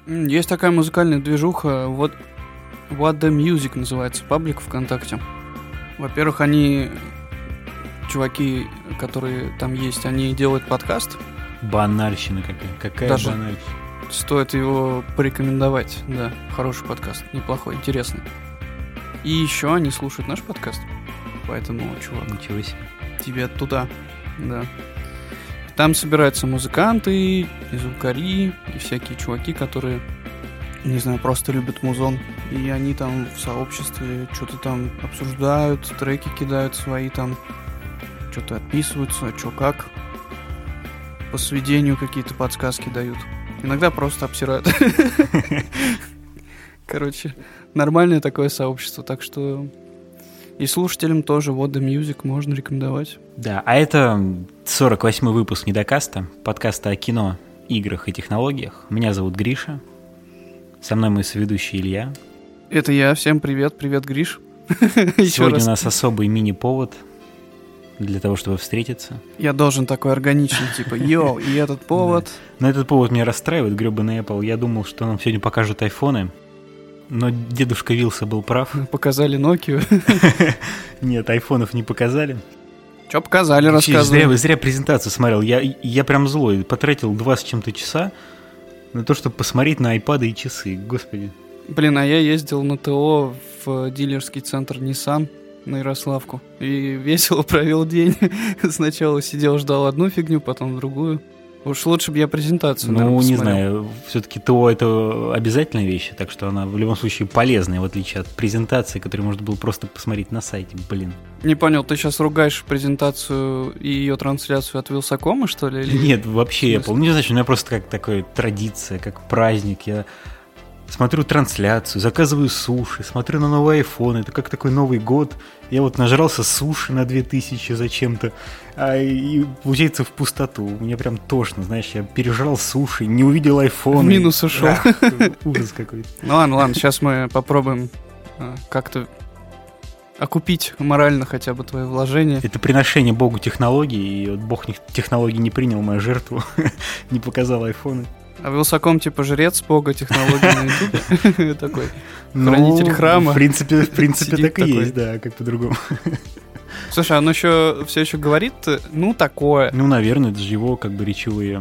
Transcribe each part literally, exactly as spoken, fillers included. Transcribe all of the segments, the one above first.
Есть такая музыкальная движуха, вот What the Music называется, паблик ВКонтакте. Во-первых, они, чуваки, которые там есть, они делают подкаст. Банальщина какая. Какая Даже банальщина. Стоит его порекомендовать, да. Хороший подкаст, неплохой, интересный. И еще они слушают наш подкаст. Поэтому, чувак, Ничего себе. тебе туда, да. Там собираются музыканты, и звукари, и всякие чуваки, которые, не знаю, просто любят музон. И они там в сообществе что-то там обсуждают, треки кидают свои там, что-то отписываются, что как. По сведению какие-то подсказки дают. Иногда просто обсирают. Короче, нормальное такое сообщество, так что и слушателям тоже What the Music можно рекомендовать. Да, а это сорок восьмой выпуск Недокаста, подкаста о кино, играх и технологиях. Меня зовут Гриша, со мной мой соведущий Илья. Это я, всем привет, привет, Гриш. Сегодня у нас особый мини-повод для того, чтобы встретиться. Я должен такой органичный, типа, йоу, и этот повод. Да. Но этот повод меня расстраивает, гребаный Apple. Я думал, что нам сегодня покажут айфоны, но дедушка Вилса был прав. Показали Nokia. Нет, айфонов не показали. Что показали, рассказывай. Зря, зря презентацию смотрел. Я, я прям злой. Потратил два с чем-то часа на то, чтобы посмотреть на айпады и часы. Господи. Блин, а я ездил на ТО в дилерский центр Nissan на Ярославку. И весело провел день. Сначала сидел, ждал одну фигню, потом другую. Уж лучше бы я презентацию, Ну, наверное, не посмотрел. знаю, все-таки ТО это обязательная вещь, так что она в любом случае полезная, в отличие от презентации, которую можно было просто посмотреть на сайте, блин. Не понял, ты сейчас ругаешь презентацию и ее трансляцию от Вилсакома, что ли? Или... Нет, вообще Apple. Ну, не знаю, у меня просто как такая традиция, как праздник. Я смотрю трансляцию, заказываю суши, смотрю на новый iPhone. Это как такой Новый год. Я вот нажрался суши на две тысячи зачем-то. А, и получается в пустоту. Мне прям тошно, знаешь, я пережрал суши, не увидел iPhone. В минус ушел. Ужас какой-то. Ну ладно, ладно, сейчас мы попробуем а, как-то окупить морально хотя бы твои вложения. Это приношение Богу технологий, и вот Бог технологий не принял мою жертву, не показал айфоны. А Вилсаком типа жрец Бога технологий на ютубе? Такой хранитель храма. В принципе, в принципе так и такой. есть, да, как по-другому. Слушай, он еще все еще говорит, ну такое. Ну, наверное, это же его как бы речевые,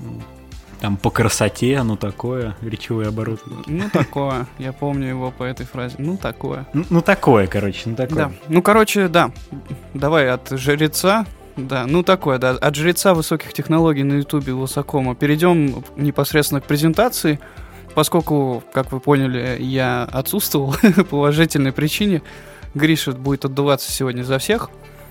там, по красоте, ну такое, речевые обороты. Ну такое, я помню его по этой фразе. Ну такое. Ну, ну такое, короче, ну такое. Да, ну короче, да. Давай от жреца. Да, ну такое, да. От жреца высоких технологий на ютубе Вилсакома перейдем непосредственно к презентации. Поскольку, как вы поняли, я отсутствовал по уважительной причине, Гриша будет отдуваться сегодня за всех.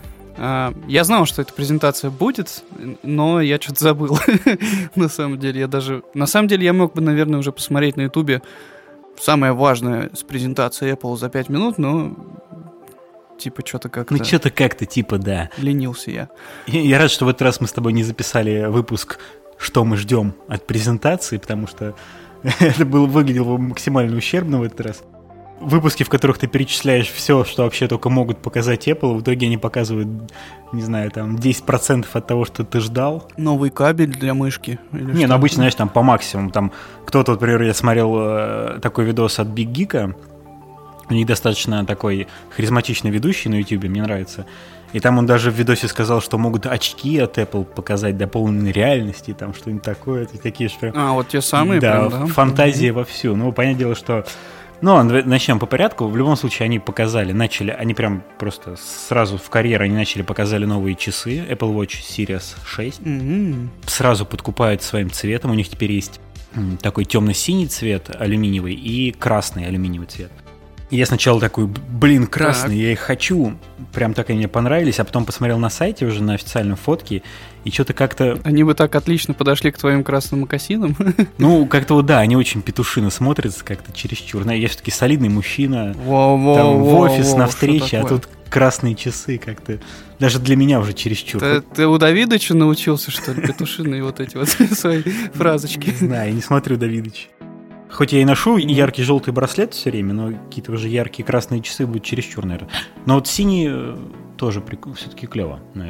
Я знал, что эта презентация будет, но я что-то забыл. На самом деле, я даже... На самом деле, я мог бы, наверное, уже посмотреть на ютубе самое важное с презентацией Apple за пять минут, но... Типа что-то как-то... Ну, что-то как-то, типа, да. Ленился я. я. Я рад, что в этот раз мы с тобой не записали выпуск «Что мы ждем от презентации», потому что это было, выглядело максимально ущербно в этот раз. Выпуски, в которых ты перечисляешь все, что вообще только могут показать Apple, в итоге они показывают, не знаю, там, десять процентов от того, что ты ждал. Новый кабель для мышки? Или не, что? ну обычно, знаешь, там по максимуму. Там кто-то, например, я смотрел э, такой видос от Big Geek. У них достаточно такой харизматичный ведущий на YouTube, мне нравится. И там он даже в видосе сказал, что могут очки от Apple показать дополненной реальности, там что-нибудь такое. Такие, что... А, вот те самые да, прям, да? Фантазия вовсю. Ну, понятное дело, что... Ну, начнем по порядку. В любом случае, они показали, начали, они прям просто сразу в карьеру они начали показали новые часы Apple Watch Series шесть. Mm-hmm. Сразу подкупают своим цветом. У них теперь есть такой темно-синий цвет алюминиевый и красный алюминиевый цвет. И я сначала такой, блин, красный, так. Я их хочу. Прям так они мне понравились. А потом посмотрел на сайте уже на официальном фотке. И что-то как-то... Они бы так отлично подошли к твоим красным мокасинам. Ну, как-то вот, да, они очень петушино смотрятся, как-то чересчур. Я все-таки солидный мужчина. Воу-воу-воу, там в офис, воу, на встрече, а тут красные часы как-то... Даже для меня уже чересчур. Ты, ты у Давидыча научился, что ли, петушиные вот эти вот свои фразочки? Не знаю, я не смотрю Давидыча. Хоть я и ношу яркий желтый браслет все время, но какие-то уже яркие красные часы будут чересчур, наверное. Но вот синий тоже все-таки клево, наверное.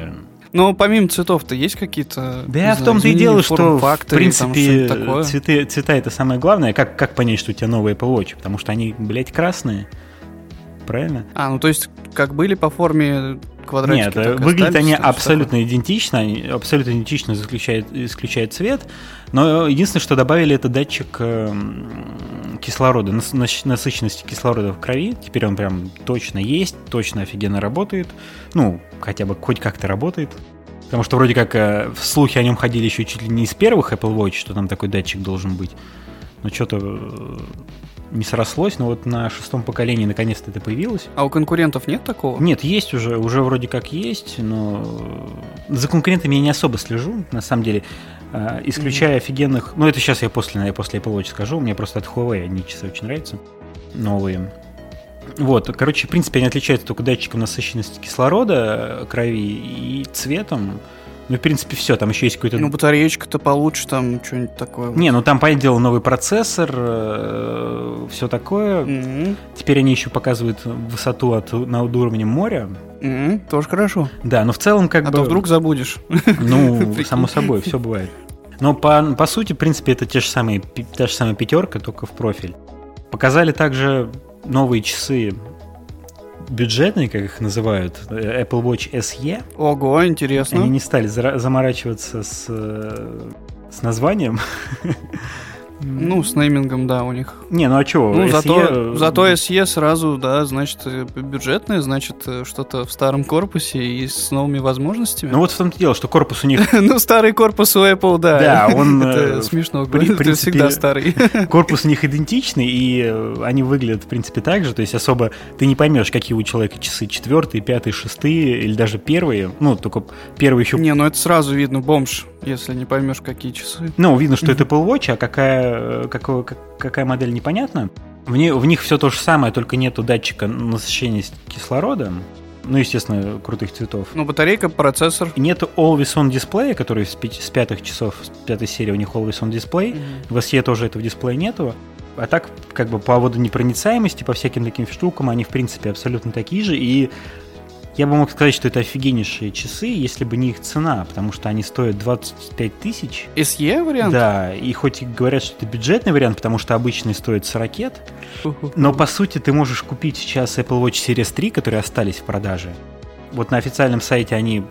Но помимо цветов-то есть какие-то... Да, в том-то и дело, что, в принципе, цветы, цвета — это самое главное. Как, как понять, что у тебя новый Apple Watch? Потому что они, блядь, красные. Правильно? А, ну то есть, как были по форме квадратики, Нет, так выглядят они остались, абсолютно такое? идентично, они абсолютно идентично исключают, исключают цвет, но единственное, что добавили, это датчик э, кислорода, нас, насыщенности кислорода в крови. Теперь он прям точно есть, точно офигенно работает, ну, хотя бы хоть как-то работает. Потому что вроде как э, слухи о нем ходили еще чуть ли не из первых Apple Watch, что там такой датчик должен быть, но что-то... Э, не срослось, но вот на шестом поколении наконец-то это появилось. А у конкурентов нет такого? Нет, есть уже, уже вроде как есть, но за конкурентами я не особо слежу, на самом деле, исключая mm-hmm. офигенных... Ну, это сейчас я после, я после Apple Watch скажу, мне просто от Huawei одни часы очень нравятся, новые. Вот, короче, в принципе, они отличаются только датчиком насыщенности кислорода, крови и цветом. Ну, в принципе, все, там еще есть какой-то... Ну, батареечка-то получше, там что-нибудь такое. Не, ну там, понятное дело, новый процессор, э, все такое. Mm-hmm. Теперь они еще показывают высоту от, над уровнем моря. Mm-hmm. Тоже хорошо. Да, но в целом как а бы... А то вдруг забудешь. Ну, само собой, все бывает. Но по, по сути, в принципе, это те же самые, та же самая пятерка, только в профиль. Показали также новые часы... бюджетные, как их называют, Apple Watch эс и. Ого, интересно. Они не стали заморачиваться с, с названием. Ну, с неймингом, да, у них. Не, ну а чего? Ну, зато, зато эс и сразу, да, значит, бюджетное, значит, что-то в старом корпусе и с новыми возможностями. Ну, вот в том-то дело, что корпус у них... Ну, старый корпус у Apple, да. Да, он... Это смешно, ты всегда старый. Корпус у них идентичный, и они выглядят, в принципе, так же, то есть особо ты не поймешь, какие у человека часы, четвертые, пятые, шестые, или даже первые, ну, только первые еще... Не, ну это сразу видно, бомж, если не поймешь, какие часы. Ну, видно, что это Apple Watch, а какая... Какого, какая модель, непонятна. В, не, в них все то же самое, только нету датчика насыщения кислорода. Ну, естественно, крутых цветов. Ну, батарейка, процессор. Нету Always On дисплея, который с, пяти, с пятых часов, с пятой серии у них Always On дисплей. Mm-hmm. В эс и тоже этого дисплея нету. А так, как бы по водонепроницаемости, по всяким таким штукам, они, в принципе, абсолютно такие же. И я бы мог сказать, что это офигеннейшие часы, если бы не их цена, потому что они стоят двадцать пять тысяч. эс и вариант? Да, и хоть и говорят, что это бюджетный вариант, потому что обычный стоит сорок, но по сути ты можешь купить сейчас Apple Watch Series три, которые остались в продаже. Вот на официальном сайте они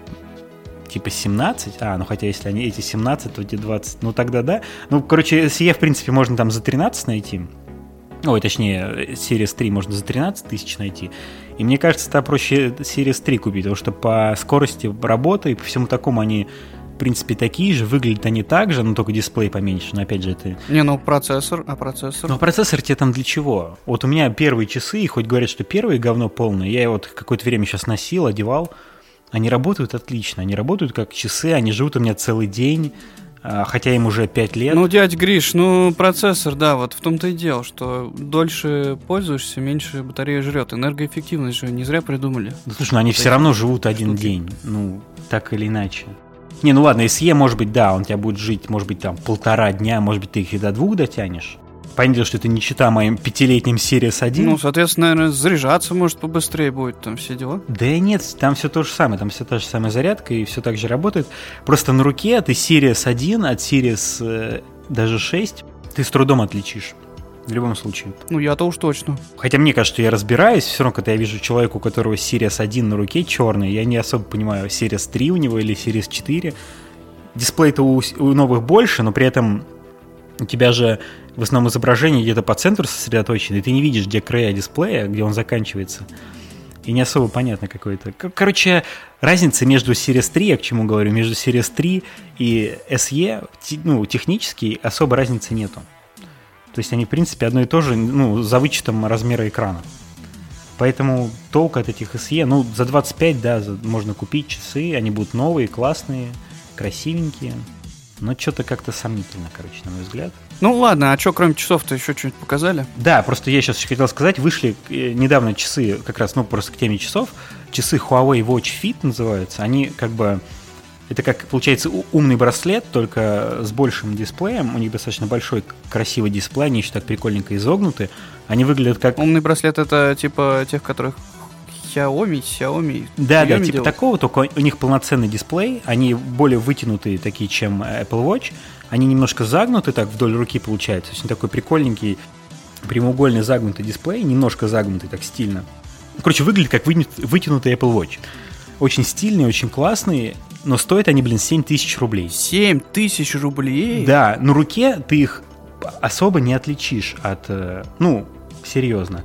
типа семнадцать, а, ну хотя если они эти семнадцать, то эти двадцать, ну тогда да. Ну, короче, эс и в принципе можно там за тринадцать найти. Ой, точнее, Series три можно за тринадцать тысяч найти. И мне кажется, это проще Series три купить, потому что по скорости работы и по всему такому они, в принципе, такие же. Выглядят они так же, но только дисплей поменьше. Но опять же, это... Не, ну процессор, а процессор? Ну, процессор тебе там для чего? Вот у меня первые часы, хоть говорят, что первые говно полное, я вот какое-то время сейчас носил, одевал. Они работают отлично, они работают как часы, они живут у меня целый день. Хотя им уже пять лет. Ну, дядь Гриш, ну, процессор, да, вот в том-то и дело, что дольше пользуешься, меньше батарея жрет. Энергоэффективность же не зря придумали. Ну, слушай, ну они вот все равно живут один штуки. день, ну, так или иначе. Не, ну ладно, эс и, может быть, да, он у тебя будет жить, может быть, там, полтора дня, может быть, ты их и до двух дотянешь. Понятно, что это не чита моим пятилетним Series один. Ну, соответственно, наверное, заряжаться, может, побыстрее будет, там все дела. Да нет, там все то же самое, там все та же самая зарядка, и все так же работает. Просто на руке ты Series один от Series э, даже шесть ты с трудом отличишь. В любом случае. Ну, я-то уж точно. Хотя мне кажется, что я разбираюсь, все равно, когда я вижу человека, у которого Series один на руке черный, я не особо понимаю, Series три у него или Series четыре. Дисплей-то у, у новых больше, но при этом у тебя же в основном изображение где-то по центру сосредоточено, и ты не видишь, где края дисплея, где он заканчивается. И не особо понятно какой-то. Короче, разница между Series три, я к чему говорю, между Series три и эс и, ну, технически особо разницы нету. То есть они, в принципе, одно и то же, ну, за вычетом размера экрана. Поэтому толк от этих эс и, ну, за двадцать пять, да, можно купить часы, они будут новые, классные, красивенькие. Но что-то как-то сомнительно, короче, на мой взгляд. Ну ладно, а что, кроме часов-то еще что-нибудь показали? Да, просто я сейчас еще хотел сказать, вышли недавно часы, как раз, ну, просто к теме часов, часы Huawei Watch Fit называются, они как бы, это как, получается, умный браслет, только с большим дисплеем, у них достаточно большой, красивый дисплей, они еще так прикольненько изогнуты, они выглядят как... Умный браслет — это типа тех, которых Xiaomi, Xiaomi. Да, да, типа делают. такого, только у них полноценный дисплей, они более вытянутые такие, чем Apple Watch, они немножко загнуты так вдоль руки получается, то есть такой прикольненький прямоугольный загнутый дисплей, немножко загнутый так стильно. Короче, выглядит как вытянутый Apple Watch. Очень стильный, очень классный, но стоят они, блин, семь тысяч рублей. семь тысяч рублей? Да, на руке ты их особо не отличишь от... Ну, серьезно.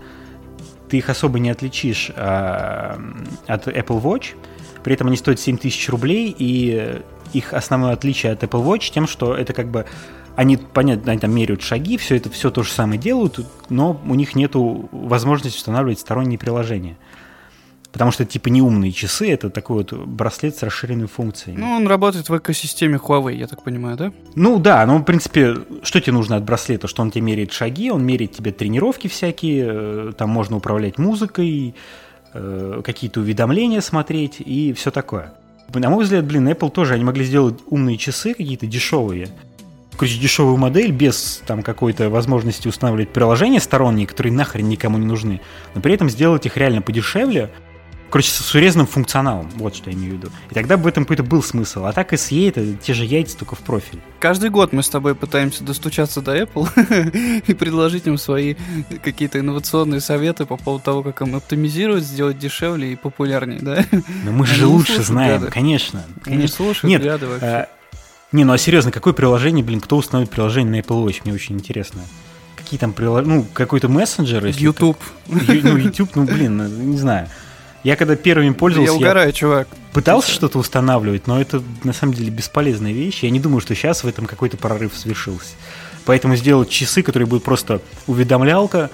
Ты их особо не отличишь а, от Apple Watch. При этом они стоят семь тысяч рублей, и их основное отличие от Apple Watch тем, что это как бы... Они, понятно, они там меряют шаги, все это все то же самое делают, но у них нету возможности устанавливать сторонние приложения. Потому что это типа не умные часы, это такой вот браслет с расширенной функцией. Ну, он работает в экосистеме Huawei, я так понимаю, да? Ну да, ну в принципе, что тебе нужно от браслета? Что он тебе меряет шаги, он меряет тебе тренировки всякие, там можно управлять музыкой, какие-то уведомления смотреть и все такое. На мой взгляд, блин, Apple тоже, они могли сделать умные часы какие-то дешевые. Короче, дешевую модель без там какой-то возможности устанавливать приложения сторонние, которые нахрен никому не нужны, но при этом сделать их реально подешевле. Короче, с урезанным функционалом, вот что я имею в виду. И тогда бы в этом какой-то был смысл. А так эс и это те же яйца, только в профиль. Каждый год мы с тобой пытаемся достучаться до Apple и предложить им свои какие-то инновационные советы по поводу того, как им оптимизировать, сделать дешевле и популярнее, да? Но мы же лучше знаем, гады. конечно. конечно. Не слушают Нет, гады вообще. А, не, ну а серьезно, какое приложение, блин, кто установит приложение на Apple Watch? Мне очень интересно. Какие там приложения? Ну, какой-то мессенджер? YouTube. Как... Ну, YouTube, ну, блин, не знаю. Я когда первыми пользовался, я угораю, я чувак. пытался что-то устанавливать, но это на самом деле бесполезная вещь. Я не думаю, что сейчас в этом какой-то прорыв совершился. Поэтому сделать часы, которые будут просто уведомлялка,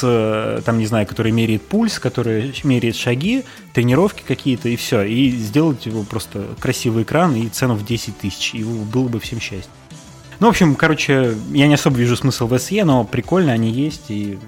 с, там, не знаю, который меряет пульс, который меряет шаги, тренировки какие-то, и все. И сделать его просто красивый экран и цену в десять тысяч, и было бы всем счастье. Ну, в общем, короче, я не особо вижу смысл в эс и, но прикольно они есть, и...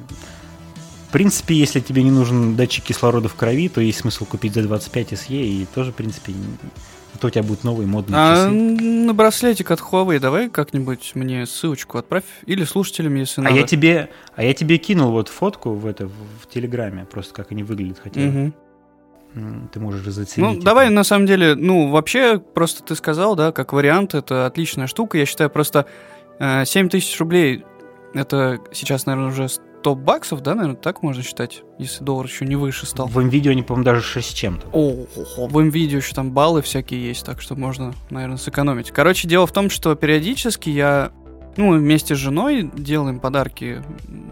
В принципе, если тебе не нужен датчик кислорода в крови, то есть смысл купить за двадцать пять эс и, и тоже, в принципе, то у тебя будут новые модные а часы. На браслетик от Huawei давай как-нибудь мне ссылочку отправь, или слушателям, если а надо. Я тебе, а я тебе кинул вот фотку в, это, в, в Телеграме, просто как они выглядят хотя бы. Угу. Ты можешь заценить. Ну, это. давай, на самом деле, ну, вообще, просто ты сказал, да, как вариант, это отличная штука. Я считаю, просто э, семь тысяч рублей, это сейчас, наверное, уже сто баксов, да, наверное, так можно считать, если доллар еще не выше стал. В МВидео они, по-моему, даже шесть с чем-то. О, в МВидео еще там баллы всякие есть, так что можно, наверное, сэкономить. Короче, дело в том, что периодически я, ну, вместе с женой делаем подарки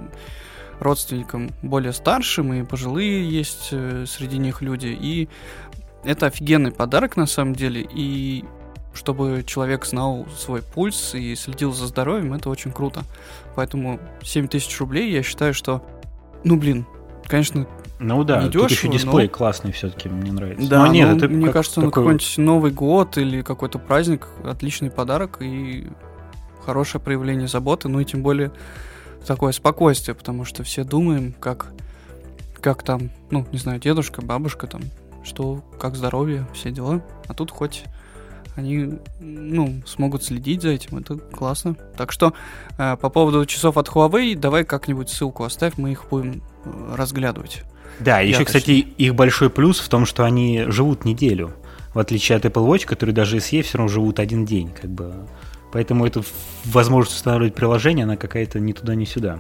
родственникам более старшим, и пожилые есть среди них люди, и это офигенный подарок на самом деле, и чтобы человек знал свой пульс и следил за здоровьем, это очень круто. Поэтому семь тысяч рублей, я считаю, что, ну, блин, конечно, ну да, не тут дешево, еще дисплей но... классный все-таки, мне нравится. Да, но нет, ну, это мне как кажется, такой... на какой-нибудь Новый год или какой-то праздник отличный подарок и хорошее проявление заботы, ну и тем более такое спокойствие, потому что все думаем, как, как там, ну, не знаю, дедушка, бабушка, там, что, как здоровье, все дела, а тут хоть... они, ну, смогут следить за этим, это классно. Так что э, по поводу часов от Huawei, давай как-нибудь ссылку оставь, мы их будем э, разглядывать. Да, Я еще, точнее. кстати, их большой плюс в том, что они живут неделю, в отличие от Apple Watch, которые даже эс и все равно живут один день, как бы. Поэтому эта возможность устанавливать приложение, она какая-то ни туда, ни сюда.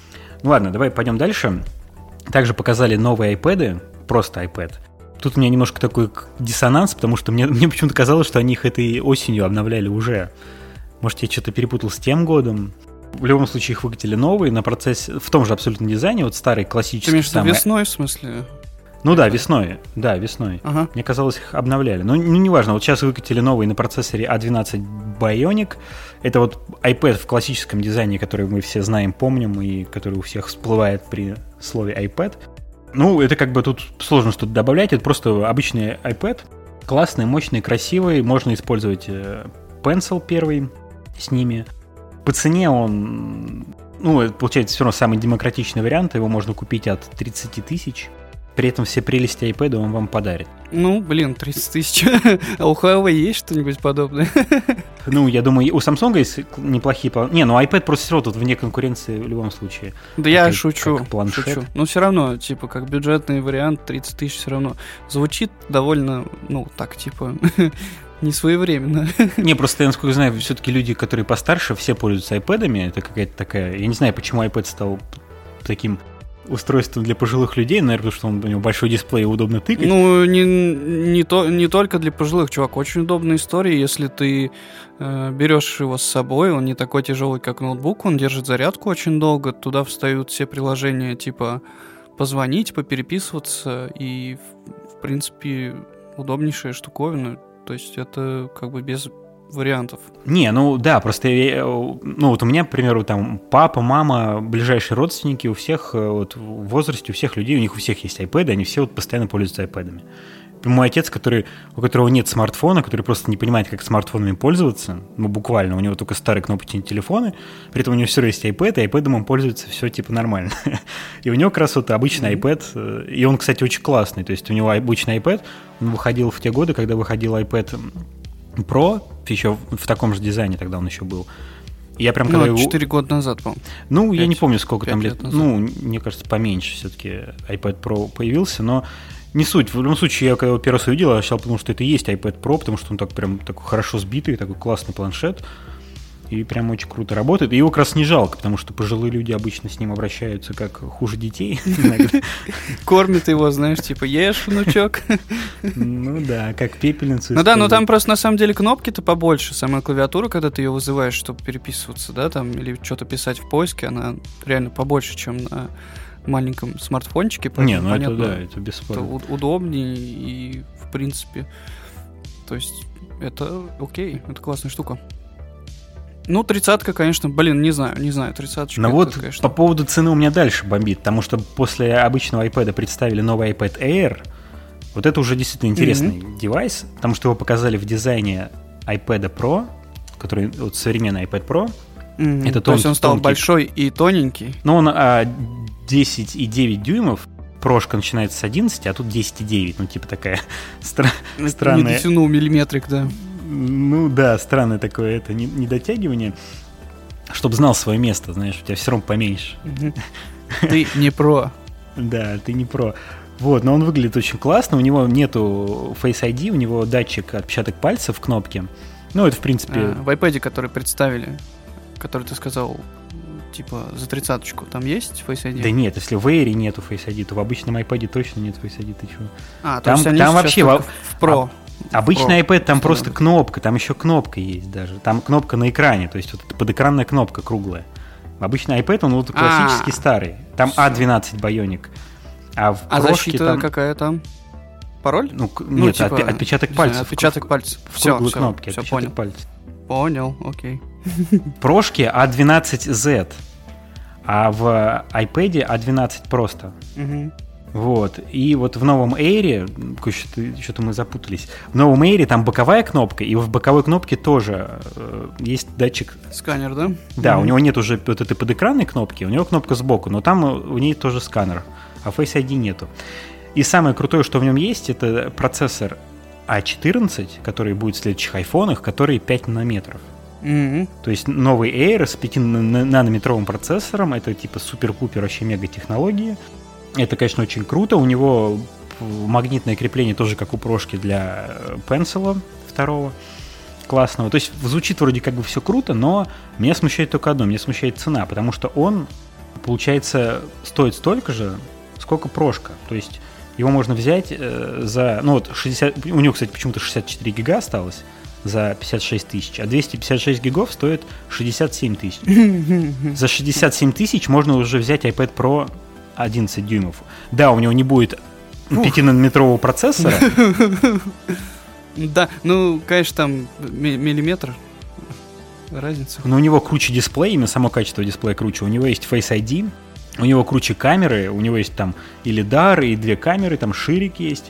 Ну ладно, давай пойдем дальше. Также показали новые iPad'ы, просто iPad. Тут у меня немножко такой диссонанс, потому что мне, мне почему-то казалось, что они их этой осенью обновляли уже. Может, я что-то перепутал с тем годом. В любом случае, их выкатили новые на процессе, в том же абсолютно дизайне, вот старый классический. Ты имеешь в виду самый... весной, в смысле? Ну да, весной. Да, весной. Ага. Мне казалось, их обновляли. Но ну, неважно, вот сейчас выкатили новый на процессоре а двенадцать Bionic. Это вот iPad в классическом дизайне, который мы все знаем, помним, и который у всех всплывает при слове iPad. Ну, это как бы тут сложно что-то добавлять. Это просто обычный iPad. Классный, мощный, красивый. Можно использовать Pencil первый с ними. По цене он... Ну, это, получается, все равно самый демократичный вариант. Его можно купить от тридцать тысяч. при этом все прелести iPad он вам подарит. Ну, блин, тридцать тысяч. А у Huawei есть что-нибудь подобное? Ну, я думаю, у Samsung есть неплохие... Не, ну iPad просто все равно тут вне конкуренции в любом случае. Да я шучу, шучу. Но все равно, типа, как бюджетный вариант, тридцать тысяч все равно звучит довольно, ну, так, типа... Не своевременно. Не, просто, я насколько знаю, все-таки люди, которые постарше, все пользуются iPad'ами. Это какая-то такая... Я не знаю, почему iPad стал таким устройством для пожилых людей. Наверное, потому что он, у него большой дисплей и удобно тыкать. Ну, не, не, то, не только для пожилых, чувак. Очень удобная история. Если ты э, берешь его с собой, он не такой тяжелый, как ноутбук. Он держит зарядку очень долго. Туда встают все приложения, типа позвонить, попереписываться. И, в, в принципе, удобнейшая штуковина. То есть это как бы без вариантов. Не, ну да, просто я, ну вот у меня, к примеру, там папа, мама, ближайшие родственники, у всех вот в возрасте, у всех людей, у них у всех есть iPad, они все вот постоянно пользуются iPad'ами. Мой отец, который, у которого нет смартфона, который просто не понимает, как смартфонами пользоваться, ну буквально, у него только старые кнопочные телефоны, при этом у него все равно есть iPad, и iPad'ом он пользуется все типа нормально. И у него как раз вот обычный iPad, и он, кстати, очень классный, то есть у него обычный iPad, он выходил в те годы, когда выходил iPad Pro, еще в таком же дизайне тогда он еще был. Я прям, ну, его... четыре года назад, по-моему. Ну, пять, я не помню, сколько там лет. лет ну, мне кажется, поменьше все-таки iPad Pro появился, но не суть. В любом случае, я когда его первый раз увидел, я сначала подумал, что это и есть iPad Pro, потому что он так прям такой хорошо сбитый, такой классный планшет. И прям очень круто работает. И его как раз не жалко, потому что пожилые люди обычно с ним обращаются как хуже детей. Кормят его, знаешь, типа, ешь, внучок. Ну да, как пепельницу. Ну да, но там просто на самом деле кнопки-то побольше. Сама клавиатура, когда ты ее вызываешь, чтобы переписываться, да, там, или что-то писать в поиске, она реально побольше, чем на маленьком смартфончике. Не, ну это да, это бесспорно. Это удобнее и, в принципе, то есть это окей, это классная штука. Ну, тридцатка, конечно, блин, не знаю, не знаю, тридцаточка. Но вот конечно... по поводу цены у меня дальше бомбит, потому что после обычного iPad представили новый iPad Air. Вот это уже действительно интересный mm-hmm. девайс, потому что его показали в дизайне iPad Pro, который вот современный iPad Pro. Mm-hmm. Это То есть он стал тонкий. Большой и тоненький. Ну, он а, десять и девять дюймов. Прошка начинается с одиннадцати, а тут десять и девять. Ну, типа такая стра- странная... Не дотянул миллиметрик, да. Ну да, странное такое это недотягивание. Чтобы знал свое место, знаешь, у тебя все равно поменьше. Ты не про. Да, ты не про. Вот, но он выглядит очень классно. У него нету Face ай ди, у него датчик отпечаток пальцев в кнопке. Ну, это в принципе... А, в iPad, который представили, который ты сказал, типа, за тридцаточку, там есть Face ай ди? Да нет, если в Air нету Face ай ди, то в обычном iPad точно нет Face ай ди, ты чего? А, то там, есть они там вообще в, в Pro. А, обычный Pro. iPad там просто кнопка, там еще кнопка есть даже. Там кнопка на экране, то есть вот это подэкранная кнопка круглая. Обычный iPad, он вот классический А-а-а. старый. Там а двенадцать Bionic. А, в а защита там... какая там? Пароль? Ну, ну нет, типа, отп- отпечаток пальцев. Знаю, отпечаток в, пальцев. В все, круглой все, кнопке, все, отпечаток понял. пальцев. Понял, окей. Прошки а двенадцать зет, а в iPad а двенадцать просто. Угу. Вот. И вот в новом Air, что-то, что-то мы запутались, в новом Air там боковая кнопка, и в боковой кнопке тоже э, есть датчик. Сканер, да? Да, mm-hmm. у него нет уже вот этой подэкранной кнопки, у него кнопка сбоку, но там у нее тоже сканер, а Face ай ди нету. И самое крутое, что в нем есть, это процессор а четырнадцать, который будет в следующих айфонах, который пять нанометров. Mm-hmm. То есть новый Air с пятинанометровым процессором, это типа супер-пупер вообще мега технологии. Это, конечно, очень круто. У него магнитное крепление тоже как у прошки для Pencil второго классного. То есть звучит вроде как бы все круто, но меня смущает только одно. Меня смущает цена, потому что он, получается, стоит столько же, сколько прошка. То есть его можно взять э, за... Ну вот шестьдесят... У него, кстати, почему-то шестьдесят четыре гига осталось за пятьдесят шесть тысяч, а двести пятьдесят шесть гигов стоит шестьдесят семь тысяч. За шестьдесят семь тысяч можно уже взять iPad Pro одиннадцать дюймов. Да, у него не будет пятинанометрового процессора. Да, ну, конечно, там миллиметр разница. Но у него круче дисплей, именно само качество дисплея круче. У него есть Face ай ди, у него круче камеры, у него есть там и лидар, и две камеры, там ширик есть. То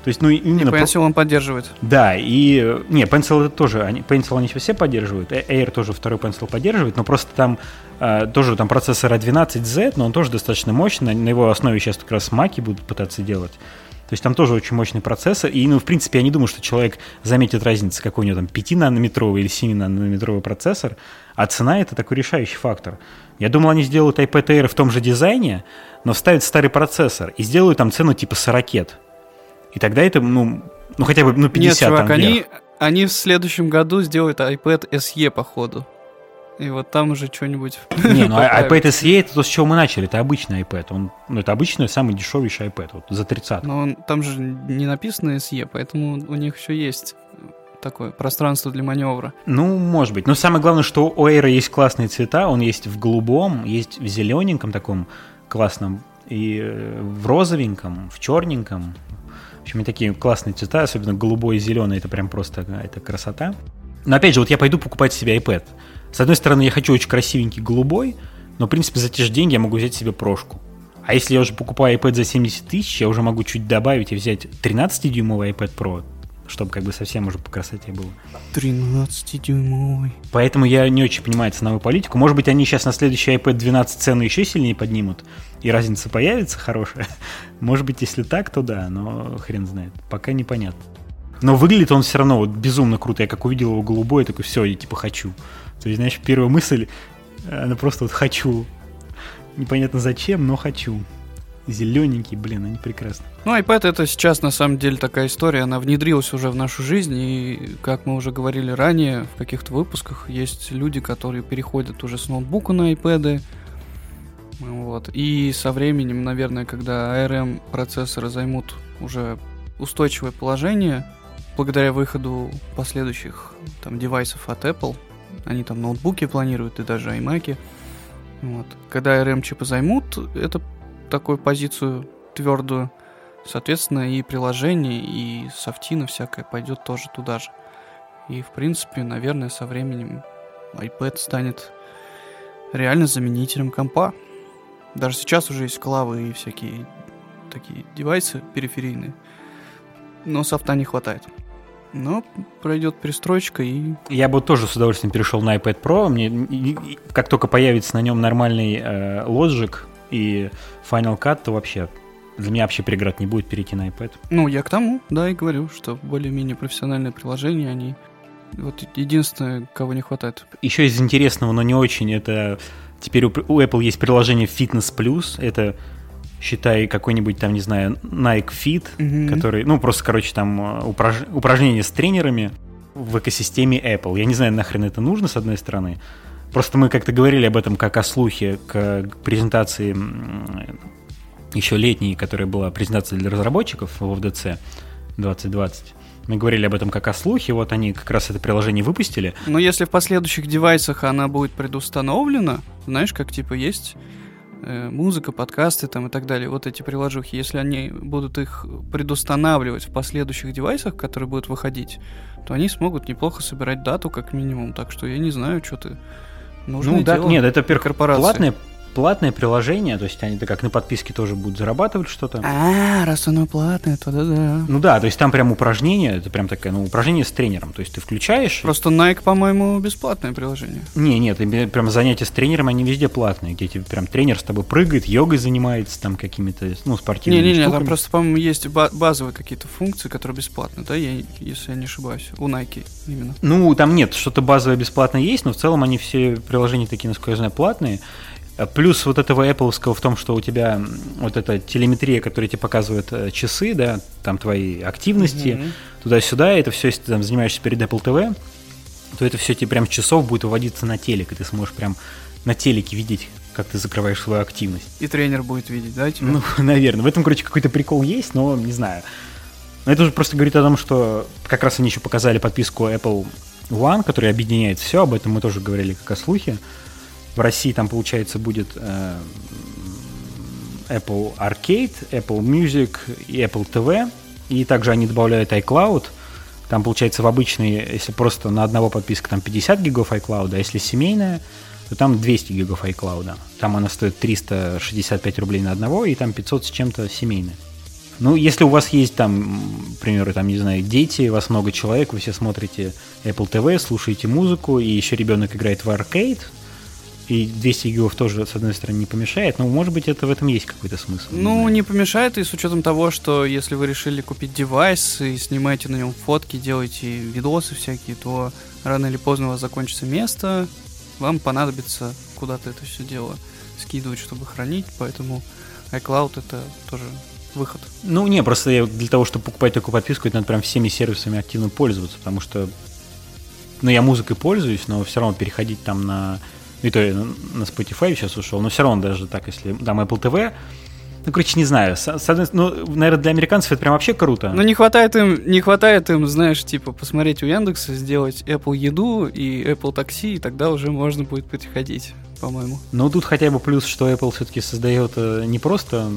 То есть, ну, именно... И Pencil он поддерживает. Да, и... Не, Pencil это тоже... Они, Pencil они все поддерживают. Air тоже второй Pencil поддерживает, но просто там э, тоже там процессор эй двенадцать зет, но он тоже достаточно мощный. На, на его основе сейчас как раз Mac'и будут пытаться делать. То есть там тоже очень мощный процессор. И, ну, в принципе, я не думаю, что человек заметит разницу, какой у него там пятинанометровый или семинанометровый процессор. А цена — это такой решающий фактор. Я думал, они сделают iPad Air в том же дизайне, но вставят старый процессор и сделают там цену типа сорокет. И тогда это, ну, ну хотя бы ну, пятьдесят. Нет, чувак, там они, они в следующем году сделают iPad эс и, походу. И вот там уже что-нибудь... Не, ну iPad эс и это то, с чего мы начали. Это обычный iPad. Он, ну, это обычный, самый дешевейший iPad. Вот, за тридцать. Но он, там же не написано эс и, поэтому у них еще есть такое пространство для маневра. Ну, может быть. Но самое главное, что у Air есть классные цвета. Он есть в голубом, есть в зелененьком таком классном, и в розовеньком, в черненьком. В общем, такие классные цвета, особенно голубой и зеленый, это прям просто это красота. Но опять же, вот я пойду покупать себе iPad. С одной стороны, я хочу очень красивенький голубой, но, в принципе, за те же деньги я могу взять себе прошку. А если я уже покупаю iPad за семьдесят тысяч, я уже могу чуть добавить и взять тринадцатидюймовый iPad Pro, чтобы как бы совсем уже по красоте было. тринадцатидюймовый. Поэтому я не очень понимаю ценовую политику. Может быть, они сейчас на следующий iPad двенадцать цену еще сильнее поднимут, и разница появится хорошая. Может быть, если так, то да, но хрен знает. Пока непонятно. Но выглядит он все равно вот безумно круто. Я как увидел его голубой, такой, все, я типа хочу. То есть, знаешь, первая мысль, она просто вот хочу. Непонятно зачем, но хочу. Зелененький, блин, они прекрасны. Ну, iPad это сейчас на самом деле такая история, она внедрилась уже в нашу жизнь, и, как мы уже говорили ранее в каких-то выпусках, есть люди, которые переходят уже с ноутбука на iPad. Вот. И со временем, наверное, когда эй ар эм процессоры займут уже устойчивое положение, благодаря выходу последующих там девайсов от Apple, они там ноутбуки планируют и даже iMac'и. Вот. Когда эй ар эм-чипы займут эту такую позицию твердую, соответственно, и приложение, и софтина всякое пойдет тоже туда же. И, в принципе, наверное, со временем iPad станет реально заменителем компа. Даже сейчас уже есть клавы и всякие такие девайсы периферийные, но софта не хватает. Но пройдет перестройка и... Я бы тоже с удовольствием перешел на iPad Pro. Мне, как только появится на нем нормальный э, Logic и Final Cut, то вообще для меня вообще преград не будет перейти на iPad. Ну, я к тому, да, и говорю, что более-менее профессиональные приложения, они... Вот единственное, кого не хватает. Еще из интересного, но не очень, это... Теперь у, у Apple есть приложение Fitness Plus. Это... Считай, какой-нибудь там, не знаю, Nike Fit, mm-hmm. который, ну, просто, короче, там упраж... упражнения с тренерами в экосистеме Apple. Я не знаю, нахрен это нужно, с одной стороны. Просто мы как-то говорили об этом как о слухе к презентации еще летней, которая была презентация для разработчиков в о эф ди си двадцать двадцать. Мы говорили об этом как о слухе, вот они как раз это приложение выпустили. Но если в последующих девайсах она будет предустановлена, знаешь, как типа есть... музыка, подкасты там и так далее, вот эти приложухи, если они будут их предустанавливать в последующих девайсах, которые будут выходить, то они смогут неплохо собирать дату, как минимум. Так что я не знаю, что ты нужно ну, да, дело. Нет, это платное, платное приложение, то есть они как на подписке тоже будут зарабатывать что-то. А, раз оно платное, то да-да. Ну да, то есть там прям упражнение, это прям такое, ну, упражнение с тренером, то есть ты включаешь... Просто Nike, по-моему, бесплатное приложение. Не, нет, прям занятия с тренером, они везде платные, где тебе прям тренер с тобой прыгает, йогой занимается, там какими-то, ну, спортивными не, не, штуками. Не, там просто, по-моему, есть базовые какие-то функции, которые бесплатные, да, я, если я не ошибаюсь, у Nike именно. Ну, там нет, что-то базовое бесплатное есть, но в целом они все приложения такие, насколько я знаю, платные. Плюс вот этого Apple-овского в том, что у тебя вот эта телеметрия, которая тебе показывает часы, да, там твои активности, mm-hmm. туда-сюда, это все, если ты там занимаешься перед Apple ти ви, то это все тебе прям с часов будет выводиться на телек, и ты сможешь прям на телеке видеть, как ты закрываешь свою активность. И тренер будет видеть, да, тебя? Ну, наверное. В этом, короче, какой-то прикол есть, но не знаю. Но это уже просто говорит о том, что как раз они еще показали подписку Apple One, которая объединяет все, об этом мы тоже говорили как о слухе. В России там, получается, будет э, Apple Arcade, Apple Music и Apple ти ви. И также они добавляют iCloud. Там, получается, в обычной, если просто на одного подписка, там пятьдесят гигов iCloud, а если семейная, то там двести гигов iCloud. Там она стоит триста шестьдесят пять рублей на одного, и там пятьсот с чем-то семейная. Ну, если у вас есть там, к примеру, там, не знаю, дети, у вас много человек, вы все смотрите Apple ти ви, слушаете музыку, и еще ребенок играет в аркейд, и двести гигов тоже, с одной стороны, не помешает, но, может быть, это в этом есть какой-то смысл. Ну, не, не помешает, и с учетом того, что если вы решили купить девайс и снимаете на нем фотки, делаете видосы всякие, то рано или поздно у вас закончится место, вам понадобится куда-то это все дело скидывать, чтобы хранить, поэтому iCloud — это тоже выход. Ну, не, просто для того, чтобы покупать такую подписку, это надо прям всеми сервисами активно пользоваться, потому что, ну, я музыкой пользуюсь, но все равно переходить там на, и то я на Spotify сейчас ушел, но все равно даже так, если там Apple ти ви, ну, короче, не знаю, с, с одной, ну, наверное, для американцев это прям вообще круто. Ну, не хватает им, не хватает им, знаешь, типа, посмотреть у Яндекса, сделать Apple еду и Apple такси, и тогда уже можно будет переходить, по-моему. Ну, тут хотя бы плюс, что Apple все-таки создает не просто,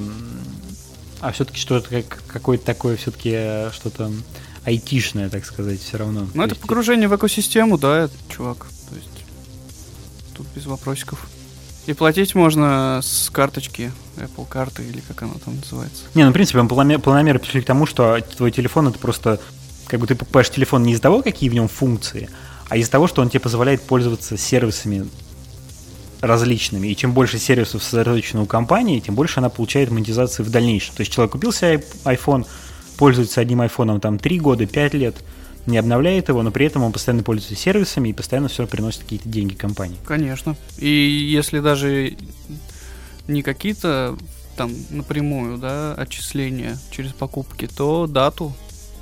а все-таки что-то как, какое-то такое все-таки что-то айтишное, так сказать, все равно. Ну, это есть... погружение в экосистему, да, чувак. То есть тут без вопросиков. И платить можно с карточки, Apple карты или как она там называется. Не, ну, в принципе, планомерно пришли к тому, что твой телефон — это просто, как бы ты покупаешь телефон не из-за того, какие в нем функции, а из-за того, что он тебе позволяет пользоваться сервисами различными. И чем больше сервисов сосредоточено у компании, тем больше она получает монетизации в дальнейшем. То есть человек купил себе iPhone, пользуется одним айфоном там три года, пять лет, не обновляет его, но при этом он постоянно пользуется сервисами и постоянно все приносит какие-то деньги компании. Конечно. И если даже не какие-то там напрямую, да, отчисления через покупки, то дату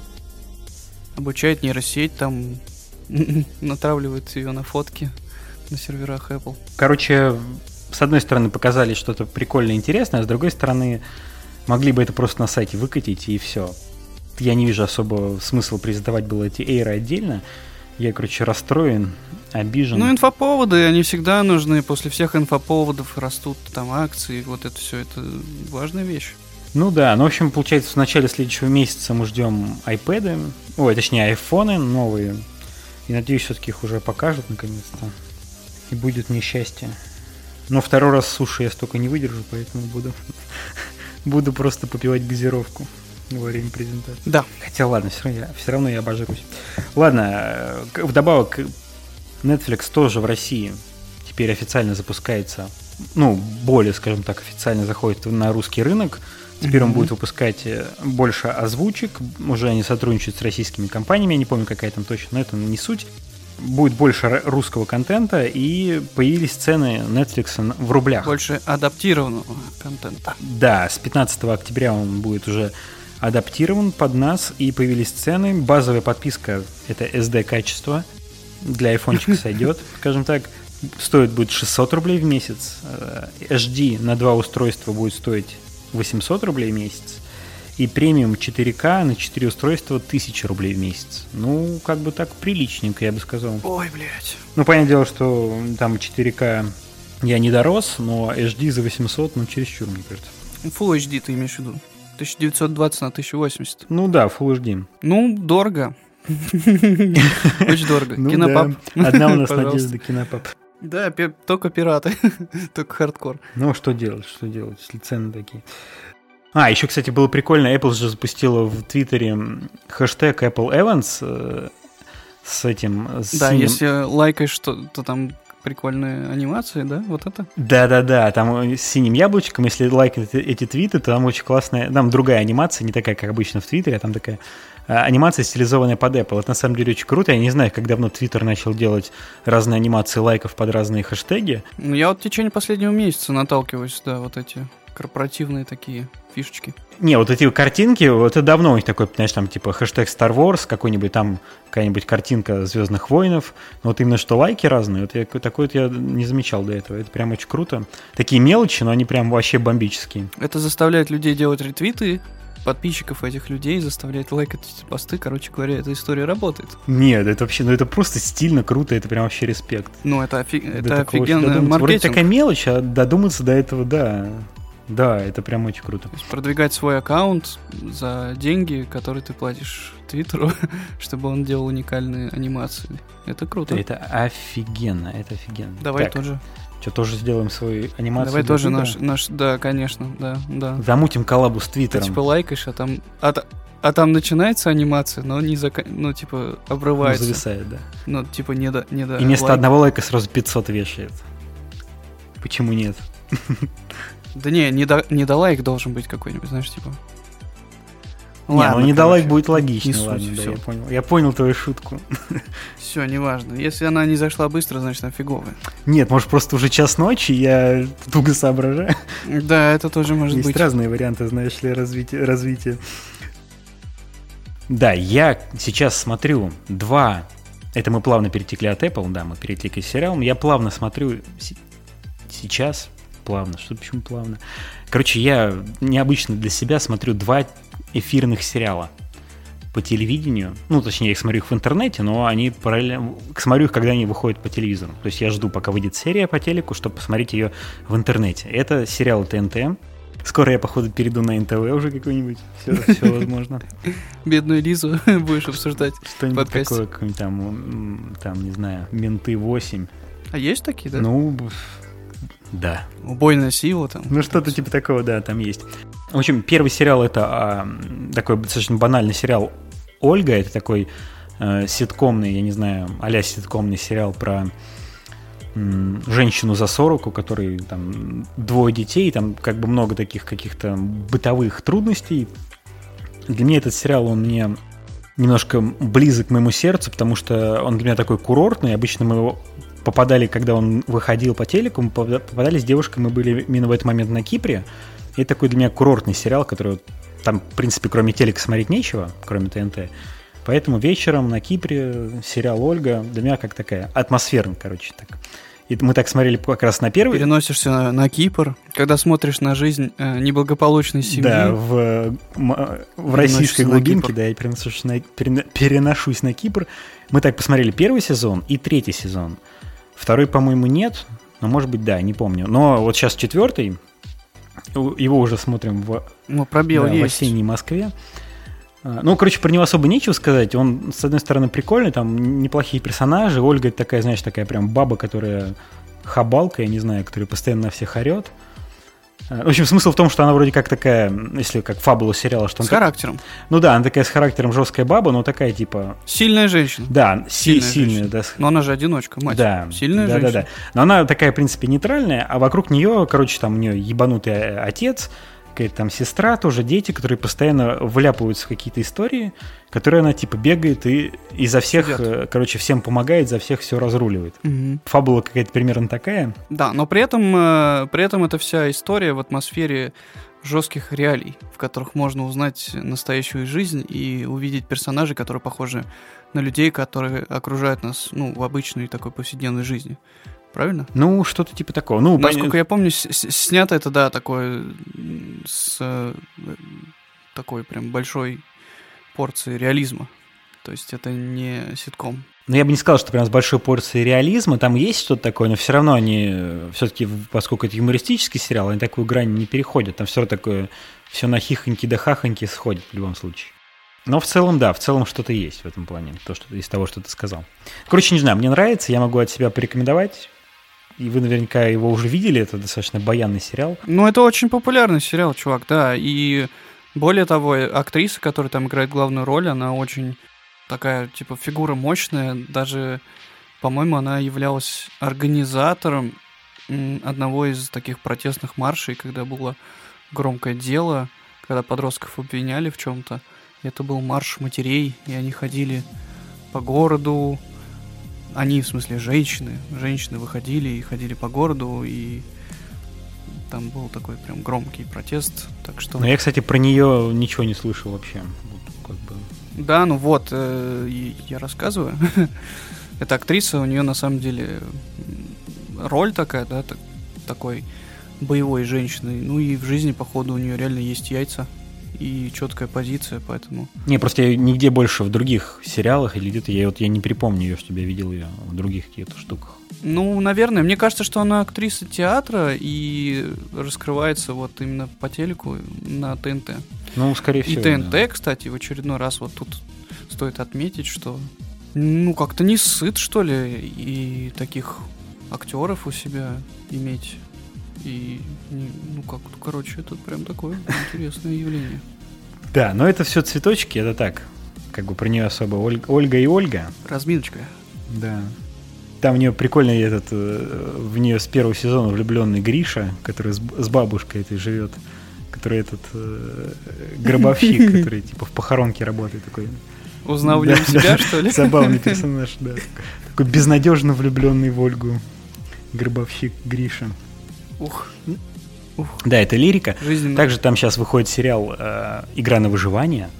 обучает нейросеть, там натравливает ее на фотки на серверах Apple. Короче, с одной стороны показали что-то прикольное, интересное, а с другой стороны могли бы это просто на сайте выкатить и все. Я не вижу особого смысла презентовать было эти Air отдельно. Я, короче, расстроен, обижен. Ну, инфоповоды, они всегда нужны. После всех инфоповодов растут там акции. Вот это все, это важная вещь. Ну да, ну, в общем, получается, в начале следующего месяца мы ждем iPad'ы, ой, точнее, айфоны новые. И, надеюсь, все-таки их уже покажут наконец-то. И будет мне счастье. Но второй раз суши я столько не выдержу, поэтому буду, буду просто попивать газировку во время презентации. Да. Хотя ладно, все равно, я, все равно я обожрусь. Ладно, вдобавок, Netflix тоже в России теперь официально запускается, ну, более, скажем так, официально заходит на русский рынок. Теперь mm-hmm. он будет выпускать больше озвучек, уже они сотрудничают с российскими компаниями, я не помню, какая там точно, но это не суть. Будет больше русского контента, и появились цены Netflix в рублях. Больше адаптированного контента. Да, с пятнадцатого октября он будет уже адаптирован под нас, и появились цены. Базовая подписка — это эс ди-качество, для айфончика сойдет, скажем так. Стоит будет шестьсот рублей в месяц. эйч ди на два устройства будет стоить восемьсот рублей в месяц. И премиум четыре ка на четыре устройства тысяча рублей в месяц. Ну, как бы так приличненько, я бы сказал. Ой, блядь. Ну, понятное дело, что там четыре ка я не дорос, но эйч ди за восемьсот, ну, чересчур, мне кажется. Full эйч ди ты имеешь в виду? тысяча девятьсот двадцать на тысяча восемьдесят. Ну да, Full эйч ди. Ну, дорого. Очень дорого. Кинопаб. Одна у нас надежда, Кинопаб. Да, только пираты, только хардкор. Ну, что делать, что делать, если цены такие. А, еще, кстати, было прикольно, Apple же запустила в Твиттере хэштег Apple Events э, с этим... С да, синим... если лайкаешь, что, то там прикольные анимации, да, вот это? Да-да-да, там с синим яблочком, если лайкать эти, эти твиты, то там очень классная, там другая анимация, не такая, как обычно в Твиттере, а там такая анимация, стилизованная под Apple. Это на самом деле очень круто. Я не знаю, как давно Twitter начал делать разные анимации лайков под разные хэштеги. Ну, я вот в течение последнего месяца наталкиваюсь, да, вот эти корпоративные такие фишечки. Не, вот эти картинки, вот это давно у них такой, знаешь, там типа хэштег Star Wars, какой-нибудь там, какая-нибудь картинка Звездных войнов. Но вот именно что лайки разные, вот я, такой вот я не замечал до этого. Это прям очень круто. Такие мелочи, но они прям вообще бомбические. Это заставляет людей делать ретвиты, подписчиков этих людей заставляет лайкать эти посты. Короче говоря, эта история работает. Нет, это вообще, ну это просто стильно, круто, это прям вообще респект. Ну это, офи... это офигенный маркетинг. Вроде такая мелочь, а додуматься до этого, да. Да, это прям очень круто. То есть продвигать свой аккаунт за деньги, которые ты платишь Твиттеру, чтобы он делал уникальные анимации. Это круто. Это офигенно, это офигенно. Давай так, тоже. Что, тоже сделаем свою анимацию? Давай тоже наш, наш, да, конечно, да, да. Замутим коллабу с Твиттером. Ты типа лайкаешь, а там, а, а там начинается анимация, но не зак... ну типа обрывается. Ну, зависает, да. Ну, типа не до, не до И вместо лайка. одного лайка сразу пятьсот вешает. Почему нет? Да не, не до, не до лайк должен быть какой-нибудь, знаешь, типа... Не, ладно, ну не до лайк будет логично, не ладно, суть, да, всё. я понял. Я понял твою шутку. Все, неважно. Если она не зашла быстро, значит она фиговая. Нет, может просто уже час ночи, я туго соображаю. Да, это тоже может Есть быть. разные варианты, знаешь ли, развития. развития. Да, я сейчас смотрю два... Это мы плавно перетекли от Apple, да, мы перетекли к сериалам. Я плавно смотрю с- сейчас... Плавно, что почему плавно? Короче, я необычно для себя смотрю два эфирных сериала по телевидению. Ну, точнее, я их смотрю их в интернете, но они параллельно... Смотрю их, когда они выходят по телевизору. То есть я жду, пока выйдет серия по телеку, чтобы посмотреть ее в интернете. Это сериал ТНТ. Скоро я, походу, перейду на эн тэ вэ уже какой-нибудь. Все, все возможно. Бедную Лизу будешь обсуждать в Что-нибудь подкасте. такое, какой-нибудь там, м, там, не знаю, «Менты восемь». А есть такие, да? Ну, да. Убойная сила там. Ну, что-то типа такого, да, там есть. В общем, первый сериал — это а, такой достаточно банальный сериал «Ольга». Это такой э, ситкомный, я не знаю, а-ля ситкомный сериал про м, женщину за сорок, у которой там двое детей, там как бы много таких каких-то бытовых трудностей. Для меня этот сериал, он мне немножко близок к моему сердцу, потому что он для меня такой курортный. Обычно мы его попадали, когда он выходил по телеку, мы попадали с девушкой, мы были именно в этот момент на Кипре. И это такой для меня курортный сериал, который там, в принципе, кроме телека смотреть нечего, кроме ТНТ. Поэтому вечером на Кипре сериал «Ольга» для меня как такая атмосферная, короче, так. И мы так смотрели как раз на первый. Переносишься на, на Кипр, когда смотришь на жизнь э, неблагополучной семьи. Да, в, в российской глубинке, да, я переношусь на, переношусь на Кипр. Мы так посмотрели первый сезон и третий сезон. Второй, по-моему, нет, но, может быть, да, не помню. Но вот сейчас четвертый, его уже смотрим в, ну, пробел да, в осенней Москве. Ну, короче, про него особо нечего сказать. Он, с одной стороны, прикольный, там неплохие персонажи. Ольга — это такая, знаешь, такая прям баба, которая хабалка, я не знаю, которая постоянно на всех орет. В общем, смысл в том, что она вроде как такая, если как фабула сериала, что... С так... характером. Ну да, она такая с характером жесткая баба, но такая типа... Сильная женщина. Да, сильная, сильная, да. Но она же одиночка, мать. Да, сильная да, женщина. Да, да. Но она такая, в принципе, нейтральная, а вокруг нее, короче, там у нее ебанутый отец, какая-то там сестра, тоже дети, которые постоянно вляпываются в какие-то истории, которые она типа бегает и изо всех, Сидят. короче, всем помогает, за всех все разруливает. Угу. Фабула какая-то примерно такая. Да, но при этом, э, при этом это вся история в атмосфере жестких реалий, в которых можно узнать настоящую жизнь и увидеть персонажей, которые похожи на людей, которые окружают нас, ну, в обычной такой повседневной жизни. Правильно? Ну, что-то типа такого. Ну, насколько пон... я помню, с- с- снято это, да, такое с э, такой прям большой порцией реализма. То есть это не ситком. Ну, я бы не сказал, что прям с большой порцией реализма. Там есть что-то такое, но все равно они, все-таки, поскольку это юмористический сериал, они такую грань не переходят. Там все такое, все на хихоньки да хахоньки сходит в любом случае. Но в целом, да, в целом что-то есть в этом плане, то, что, из того, что ты сказал. Короче, не знаю, мне нравится, я могу от себя порекомендовать. И вы наверняка его уже видели, это достаточно баянный сериал. Ну, это очень популярный сериал, чувак, да. И более того, актриса, которая там играет главную роль, она очень такая, типа, фигура мощная. Даже, по-моему, она являлась организатором одного из таких протестных маршей, когда было громкое дело, когда подростков обвиняли в чем-то. Это был марш матерей, и они ходили по городу. Они, в смысле, женщины. Женщины выходили и ходили по городу, и там был такой прям громкий протест. Так что... Но я, кстати, про нее ничего не слышал вообще. Вот, как бы... Да, ну вот, э, я рассказываю. Эта актриса, у нее на самом деле роль такая, да, так, такой боевой женщины. Ну и в жизни, походу, у нее реально есть яйца и четкая позиция, поэтому... Не, просто я нигде больше в других сериалах или где-то, я, вот, я не припомню ее, чтобы я видел ее в других каких-то штуках. Ну, наверное, мне кажется, что она актриса театра и раскрывается вот именно по телеку на ТНТ. Ну, скорее всего, И ТНТ, да. кстати, в очередной раз вот тут стоит отметить, что, ну, как-то не сыт, что ли, и таких актеров у себя иметь. И, ну как, короче, это прям такое интересное явление. Да, но это все цветочки, это так, как бы про нее особо Оль- Ольга и Ольга. Разминочка. Да. Там у нее прикольный этот, в нее с первого сезона влюбленный Гриша, который с, с бабушкой этой живет, который этот э, гробовщик, который типа в похоронке работает такой. Узнал в нем себя, что ли? Забавный персонаж, да. Такой безнадежно влюбленный в Ольгу гробовщик Гриша. Ух. Ух. Да, это лирика. Жизненно. Также там сейчас выходит сериал э, «Игра на выживание»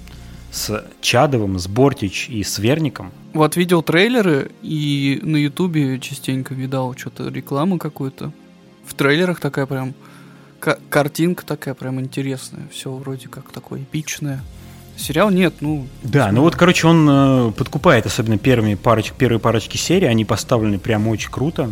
с Чадовым, с Бортич и с Верником. Вот видел трейлеры и на Ютубе частенько видал что-то рекламу какую-то. В трейлерах такая прям к- картинка такая прям интересная. Все вроде как такое эпичное. Сериал нет, ну... Да, ну вот, короче, он э, подкупает, особенно первыми пароч- первые парочки серий. Они поставлены прям очень круто.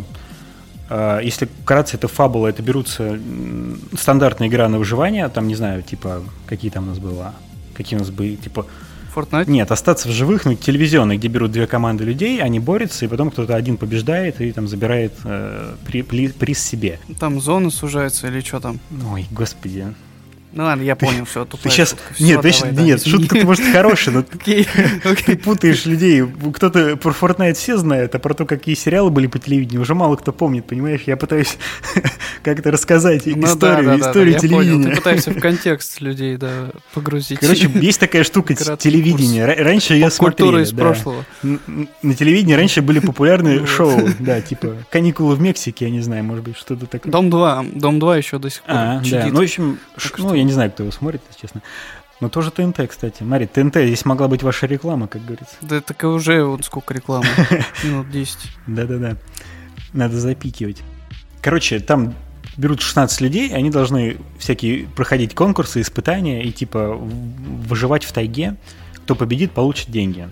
Э, если вкратце, это фабула, это берутся м, стандартная игра на выживание. Там, не знаю, типа, какие там у нас было... Какие у нас были, типа... Fortnite? Нет, остаться в живых, ну, телевизионный, где берут две команды людей, они борются, и потом кто-то один побеждает и там забирает э, при, при, приз себе. Там зона сужается или что там? Ой, господи. Ну ладно, я понял, все, Ты сейчас... Нет, ты щас... нет, шутка-то может хорошая, но okay. Okay. ты путаешь людей. Кто-то про Fortnite все знает, а про то, какие сериалы были по телевидению, уже мало кто помнит, понимаешь? Я пытаюсь как-то рассказать ну, историю, да, да, историю да, телевидения. Понял. Ты пытаешься в контекст людей да, погрузить. Короче, есть такая штука телевидения. Раньше ее смотрели. Культура из прошлого. На телевидении раньше были популярные шоу, да, типа «Каникулы в Мексике», я не знаю, может быть, что-то такое. Дом два, Дом два еще до сих пор чудит. Ну, в общем, ну, я не знаю, кто его смотрит, если честно. Но тоже ТНТ, кстати. Смотри, ТНТ, здесь могла быть ваша реклама, как говорится. Да так и уже вот сколько рекламы. Минут десять. Да-да-да. Надо запикивать. Короче, там берут шестнадцать людей, они должны всякие проходить конкурсы, испытания и типа выживать в тайге. Кто победит, получит деньги.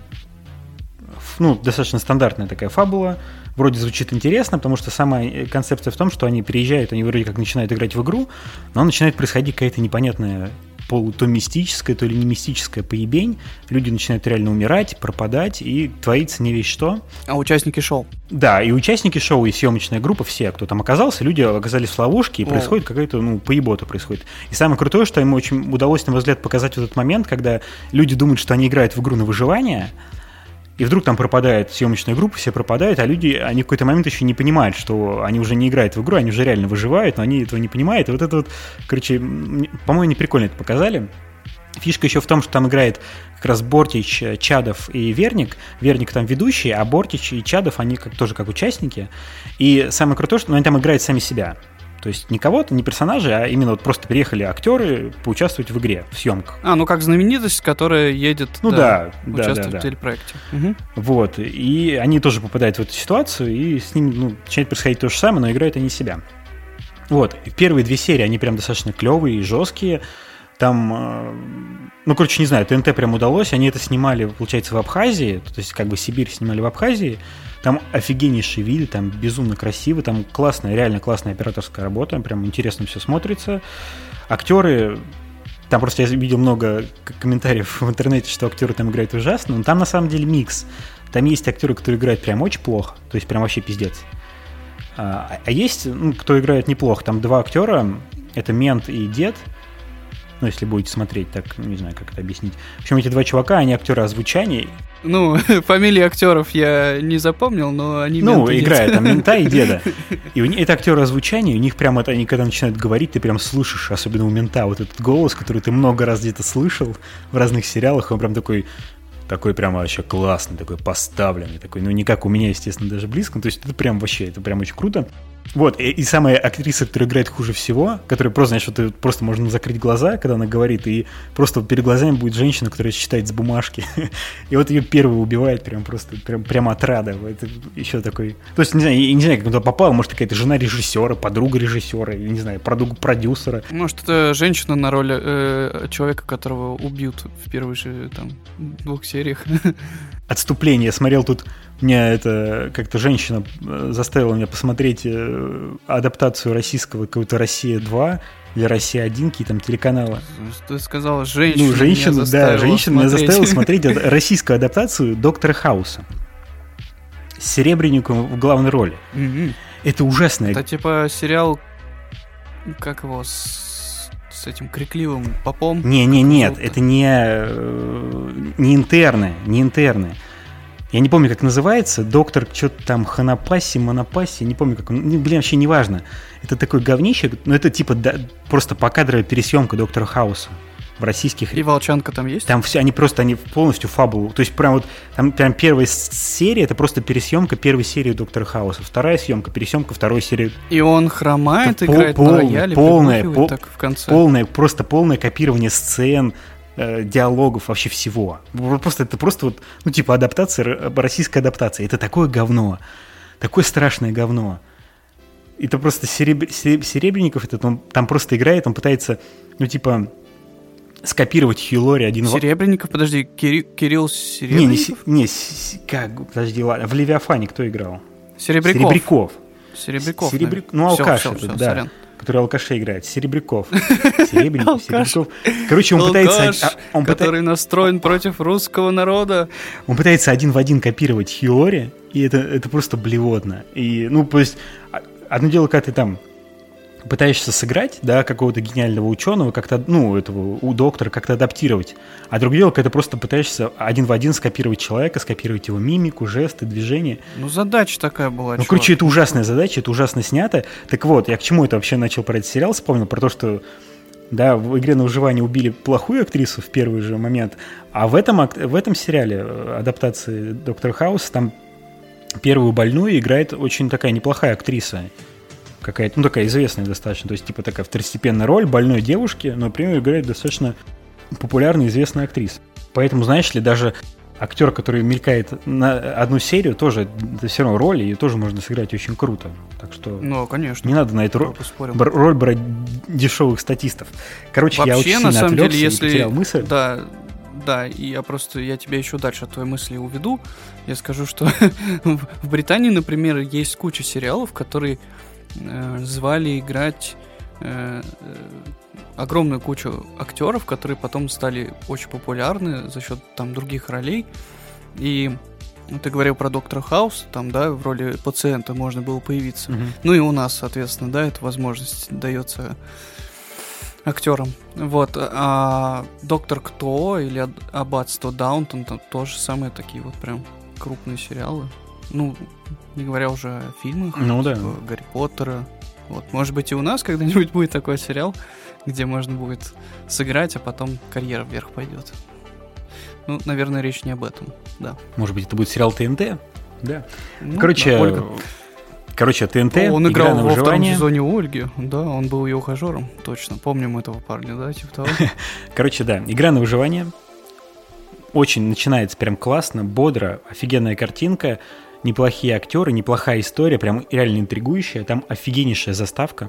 Ну, достаточно стандартная такая фабула. Вроде звучит интересно, потому что сама концепция в том, что они приезжают, они вроде как начинают играть в игру, но начинает происходить какая-то непонятная полу то мистическая, то ли не мистическая поебень. Люди начинают реально умирать, пропадать, и творится не весь что. А участники шоу? Да, и участники шоу, и съемочная группа, все, кто там оказался, люди оказались в ловушке, и О. происходит какая-то, ну, поебота происходит. И самое крутое, что ему очень удалось, на мой взгляд, показать вот этот момент, когда люди думают, что они играют в игру на выживание, и вдруг там пропадает съемочная группа, все пропадают, а люди, они в какой-то момент еще не понимают, что они уже не играют в игру, они уже реально выживают, но они этого не понимают. И вот это вот, короче, по-моему, они прикольно это показали. Фишка еще в том, что там играет как раз Бортич, Чадов и Верник. Верник там ведущий, а Бортич и Чадов, они как, тоже как участники. И самое крутое, что они там играют сами себя. То есть не кого-то, не персонажи, а именно вот просто приехали актеры поучаствовать в игре, в съемках. А, ну как знаменитость, которая едет ну, да, да, участвовать да, да. в телепроекте. Угу. Вот, и они тоже попадают в эту ситуацию, и с ними ну, начинает происходить то же самое, но играют они себя. Вот, первые две серии, они прям достаточно клевые и жесткие. Там, ну, короче, не знаю, ТНТ прям удалось. Они это снимали, получается, в Абхазии. То есть, как бы Сибирь снимали в Абхазии. Там офигеннейшие виды, там безумно красиво. Там классная, реально классная операторская работа. Прям интересно все смотрится. Актеры... Там просто я видел много комментариев в интернете, что актеры там играют ужасно. Но там на самом деле микс. Там есть актеры, которые играют прям очень плохо. То есть, прям вообще пиздец. А, а есть, ну, кто играет неплохо. Там два актера. Это Мент и Дед. Ну, если будете смотреть, так, не знаю, как это объяснить. В общем, эти два чувака, они актеры озвучания. Ну, фамилии актеров я не запомнил, но они Ну, играют там Мента и Деда. И у них, это актеры озвучания, у них прям это, они когда начинают говорить, ты прям слышишь, особенно у Мента, вот этот голос, который ты много раз где-то слышал в разных сериалах, он прям такой... Такой прям вообще классный, такой поставленный, такой, ну, не как у меня, естественно, даже близко. То есть это прям вообще, это прям очень круто. Вот, и, и самая актриса, которая играет хуже всего, которая просто, знаешь, вот ты просто можно закрыть глаза, когда она говорит, и просто перед глазами будет женщина, которая считает с бумажки. И вот ее первый убивает прям просто, прям, прям от рада. Это еще такой... То есть, не знаю, я не знаю, как он туда попал, может, какая-то жена режиссера, подруга режиссера, или, не знаю, подруга продюсера. Может, это женщина на роли э, человека, которого убьют в первых же, там, двух сериях. Отступление. Я смотрел тут, меня это как-то женщина заставила меня посмотреть адаптацию российского какого-то «Россия два» или «Россия один», какие там телеканалы. Ты сказала, женщина Ну, женщина, меня да, женщина меня заставила смотреть российскую адаптацию «Доктора Хауса». с Серебренниковым в главной роли. Mm-hmm. Это ужасно. Это типа сериал, как его, с, с этим крикливым попом? Не, не, нет, это не, не интерны, не интерны. Я не помню, как называется. Доктор что-то там Ханапаси, Монопаси, не помню, как он. Блин, вообще не важно. Это такой говнище, но это типа да, просто покадровая пересъемка Доктора Хауса в российских. И Волчанка там есть? Там все, они просто, они полностью фабулу. То есть прям вот, там прям первая серия, это просто пересъемка первой серии Доктора Хауса. Вторая съемка, пересъемка второй серии. И он хромает, это играет пол, на рояле, полное, пол, так в конце. Полное, просто полное копирование сцен, э, диалогов, вообще всего. Просто это просто вот, ну типа адаптация, российская адаптация. Это такое говно. Такое страшное говно. Это просто Сереб... Серебренников, этот, он там просто играет, он пытается, ну типа... скопировать Хью Лори один в... Серебренников, подожди, Кири... Кирилл Серебренников? Не, не, не, как, подожди, ладно, в «Левиафане» кто играл? Серебряков. Серебряков. Серебряков, Серебря... Ну, алкаш все, этот, все, да, сорян. который алкашей играет. Серебряков. Серебренников, Серебряков. Короче, он пытается... Он который настроен против русского народа. Он пытается один в один копировать Хью Лори, и это, это просто блевотно. И, ну, то есть, одно дело, когда ты там пытаешься сыграть, да, какого-то гениального ученого, как-то, ну, этого, у доктора как-то адаптировать. А другое дело, когда ты просто пытаешься один в один скопировать человека, скопировать его мимику, жесты, движения. Ну, задача такая была. Ну, короче, это ужасная задача, это ужасно снято. Так вот, я к чему это вообще начал про этот сериал вспомнил? Про то, что, да, в «Игре на выживание» убили плохую актрису в первый же момент, а в этом, в этом сериале адаптации «Доктора Хауса» там первую больную играет очень такая неплохая актриса. Какая-то, ну, такая известная достаточно, то есть, типа, такая второстепенная роль больной девушки, но, например, играет достаточно популярная, известная актриса. Поэтому, знаешь ли, даже актер, который мелькает на одну серию, тоже, это все равно роль, ее тоже можно сыграть очень круто. Так что ну, конечно, не надо на эту роль, роль брать дешевых статистов. Короче, вообще, я очень на сильно самом отвлекся деле, если... и потерял мысль. Да, да, и я просто, я тебя еще дальше от твоей мысли уведу. Я скажу, что в Британии, например, есть куча сериалов, которые звали играть э, огромную кучу актеров, которые потом стали очень популярны за счет там других ролей. И ты говорил про Доктора Хауса, там, да, в роли пациента можно было появиться. Mm-hmm. Ну и у нас, соответственно, да, эта возможность дается актерам. Вот. А Доктор Кто или Аббатство Даунтон, там тоже самые такие вот прям крупные сериалы. Ну, не говоря уже о фильмах, ну, типа да. Гарри Поттера. Вот, может быть, и у нас когда-нибудь будет такой сериал, где можно будет сыграть, а потом карьера вверх пойдет. Ну, наверное, речь не об этом, да. Может быть, это будет сериал ТНТ? Да. Ну, короче, да, Ольга... короче, ТНТ, О, он играл на во втором выживание. сезоне Ольги, да, он был ее ухажером, точно. Помним этого парня, да, типа того. Короче, да, игра на выживание. Очень начинается прям классно, бодро, офигенная картинка. Неплохие актеры, неплохая история, прям реально интригующая. Там офигеннейшая заставка.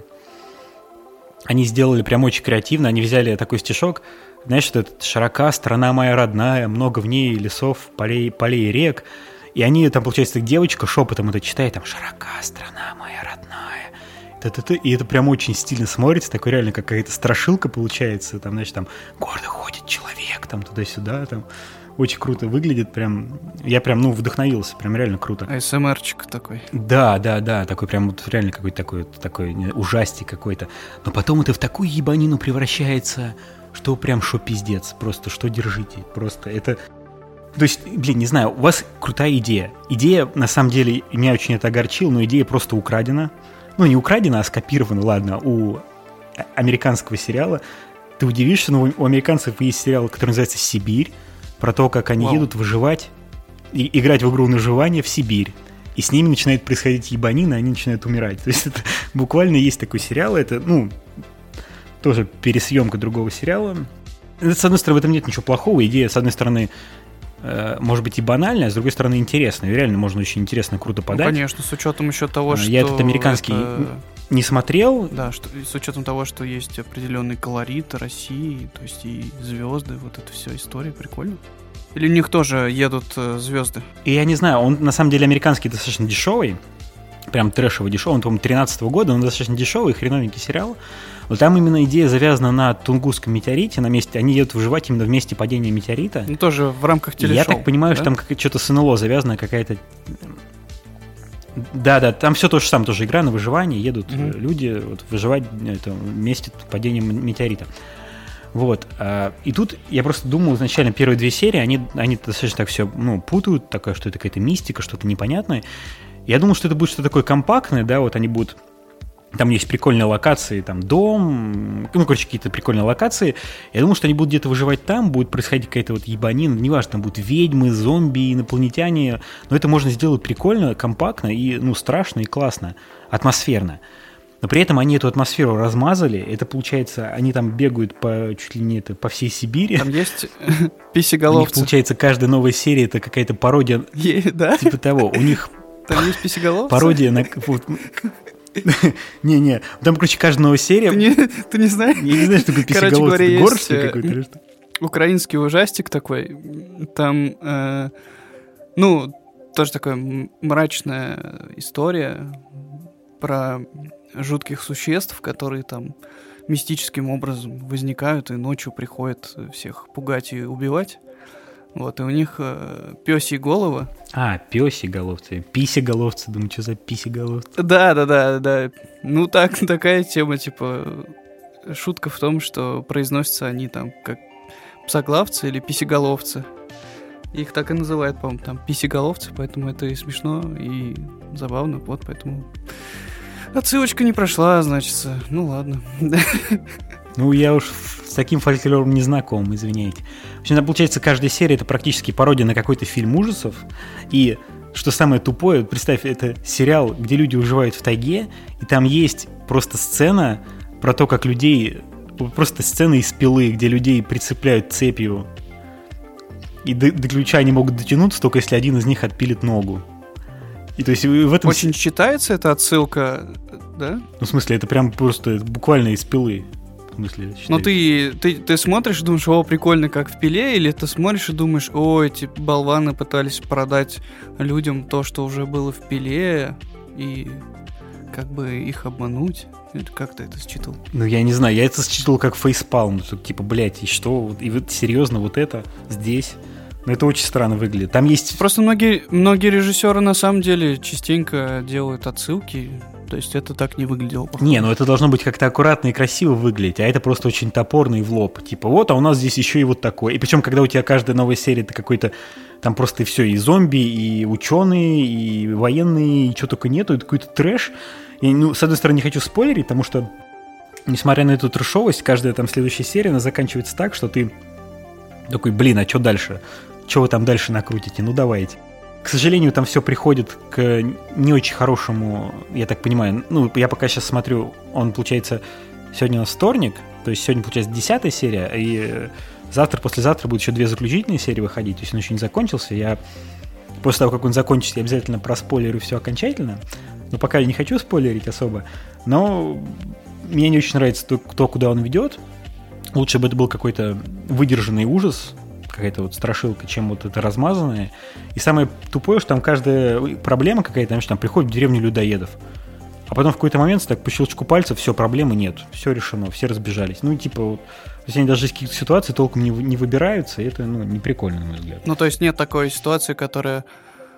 Они сделали прям очень креативно. Они взяли такой стишок. Знаешь, что это «Широка страна моя родная, много в ней лесов, полей, полей и рек». И они, там, получается, девочка шепотом это читает, там «Широка страна моя родная». Та-та-та. И это прям очень стильно смотрится. Такой реально какая-то страшилка получается. Там, значит, там гордо ходит человек, там туда-сюда, там. Очень круто выглядит, прям, я прям, ну, вдохновился, прям реально круто. эй эс эм ар-чик такой. Да, да, да, такой прям вот реально какой-то такой, такой ужастик какой-то. Но потом это в такую ебанину превращается, что прям шо пиздец, просто что держите, просто это... То есть, блин, не знаю, у вас крутая идея. Идея, на самом деле, меня очень это огорчило, но идея просто украдена. Ну, не украдена, а скопирована, ладно, у американского сериала. Ты удивишься, но у американцев есть сериал, который называется «Сибирь», про то, как они Вау. едут выживать и играть в игру на выживание в Сибирь. И с ними начинает происходить ебанина, они начинают умирать. То есть это буквально есть такой сериал, это, ну, тоже пересъемка другого сериала. Это, с одной стороны, в этом нет ничего плохого. Идея, с одной стороны, э, может быть и банальная, а с другой стороны интересная. И реально можно очень интересно, круто подать. Ну, конечно, с учетом еще того, что... Я этот американский это... не смотрел. Да, что, с учетом того, что есть определенный колорит России, то есть и звезды, вот это все история, прикольно. Или у них тоже едут э, звезды? И я не знаю, он на самом деле американский достаточно дешевый, прям трэшевый дешевый, он, по-моему, тринадцатого года, он достаточно дешевый, хреновенький сериал. Вот там именно идея завязана на Тунгусском метеорите, на месте, они едут выживать именно в месте падения метеорита. Ну тоже в рамках телешоу. Я так понимаю, да? что там что-то с эн эл о завязано, какая-то Да-да, там все то же самое, тоже игра на выживание, едут Мгм. люди вот, выживать это, вместе с падением метеорита. Вот. а, И тут я просто думал, изначально первые две серии, они, они достаточно так все ну, путают, такое, что это какая-то мистика, что-то непонятное. Я думал, что это будет что-то такое компактное, да, вот они будут... Там есть прикольные локации, там дом, ну, короче, какие-то прикольные локации. Я думал, что они будут где-то выживать там, будет происходить какая-то вот ебанина, неважно, там будут ведьмы, зомби, инопланетяне, но это можно сделать прикольно, компактно и, ну, страшно и классно, атмосферно. Но при этом они эту атмосферу размазали, это получается, они там бегают по, чуть ли не это, по всей Сибири. Там есть У них, писеголовцы. получается, каждая новая серия это какая-то пародия, Е- Да? типа того, у них Там есть писеголовцы? пародия на... вот, Не-не, там, короче, каждая новая серия... Ты не, ты не знаешь? Я не знаю, что такое Короче писеголовцы, говоря, это есть, город, что ли, э, какой-то или что? Украинский ужастик такой. Там, э, ну, тоже такая м- мрачная история про жутких существ, которые там мистическим образом возникают и ночью приходят всех пугать и убивать. Вот, и у них э, пёсьи головы. А, пёси-головцы, писи-головцы, думаю, что за писи-головцы? Да, да, да, да. Ну, так, такая тема, типа, шутка в том, что произносятся они там как псоглавцы или писеголовцы. Их так и называют, по-моему, там писеголовцы, поэтому это и смешно, и забавно, вот, поэтому... Отсылочка не прошла, значит, ну ладно. Ну, я уж с таким фольклором не знаком, извиняйте. В общем, там, получается, каждая серия — это практически пародия на какой-то фильм ужасов. И, что самое тупое, представь, это сериал, где люди выживают в тайге, и там есть просто сцена про то, как людей... Просто сцена из «Пилы», где людей прицепляют цепью, и до, до ключа они могут дотянуться, только если один из них отпилит ногу. И то есть в этом... Очень читается эта отсылка, да? Ну, в смысле, это прям просто это буквально из «Пилы». В смысле, считаю. Но ты, ты, ты смотришь и думаешь, о, прикольно, как в «Пиле», или ты смотришь и думаешь, о, эти болваны пытались продать людям то, что уже было в «Пиле», и как бы их обмануть? Или как ты это считал? Ну, я не знаю, я это считал как фейспалм. Типа, блядь, и что? И вот серьезно, вот это здесь? Ну, это очень странно выглядит. Там есть... Просто многие, многие режиссеры на самом деле частенько делают отсылки. То есть это так не выглядело. Похоже. Не, ну это должно быть как-то аккуратно и красиво выглядеть, а это просто очень топорно и в лоб. Типа, вот, а у нас здесь еще и вот такое. И причем, когда у тебя каждая новая серия, это какой-то... Там просто и все, и зомби, и ученые, и военные, и что только нету, это какой-то трэш. Я, ну, с одной стороны, не хочу спойлерить, потому что, несмотря на эту трэшовость, каждая там следующая серия, она заканчивается так, что ты такой, блин, а что дальше? Что вы там дальше накрутите? Ну, давайте. К сожалению, там все приходит к не очень хорошему, я так понимаю, ну, я пока сейчас смотрю, он, получается, сегодня у нас вторник, то есть сегодня, получается, десятая серия, и завтра, послезавтра будут еще две заключительные серии выходить, то есть он еще не закончился, я после того, как он закончится, я обязательно проспойлерю все окончательно, но пока я не хочу спойлерить особо, но мне не очень нравится то, кто куда он ведет, лучше бы это был какой-то выдержанный ужас, какая-то вот страшилка, чем вот это размазанное. И самое тупое, что там каждая проблема какая-то, знаешь, там приходит в деревню людоедов. А потом в какой-то момент, так по щелчку пальца, все, проблемы нет, все решено, все разбежались. Ну, типа, вот, то есть они даже из каких-то ситуаций толком не, не выбираются, и это, ну, не прикольно, на мой взгляд. Ну, то есть нет такой ситуации, которая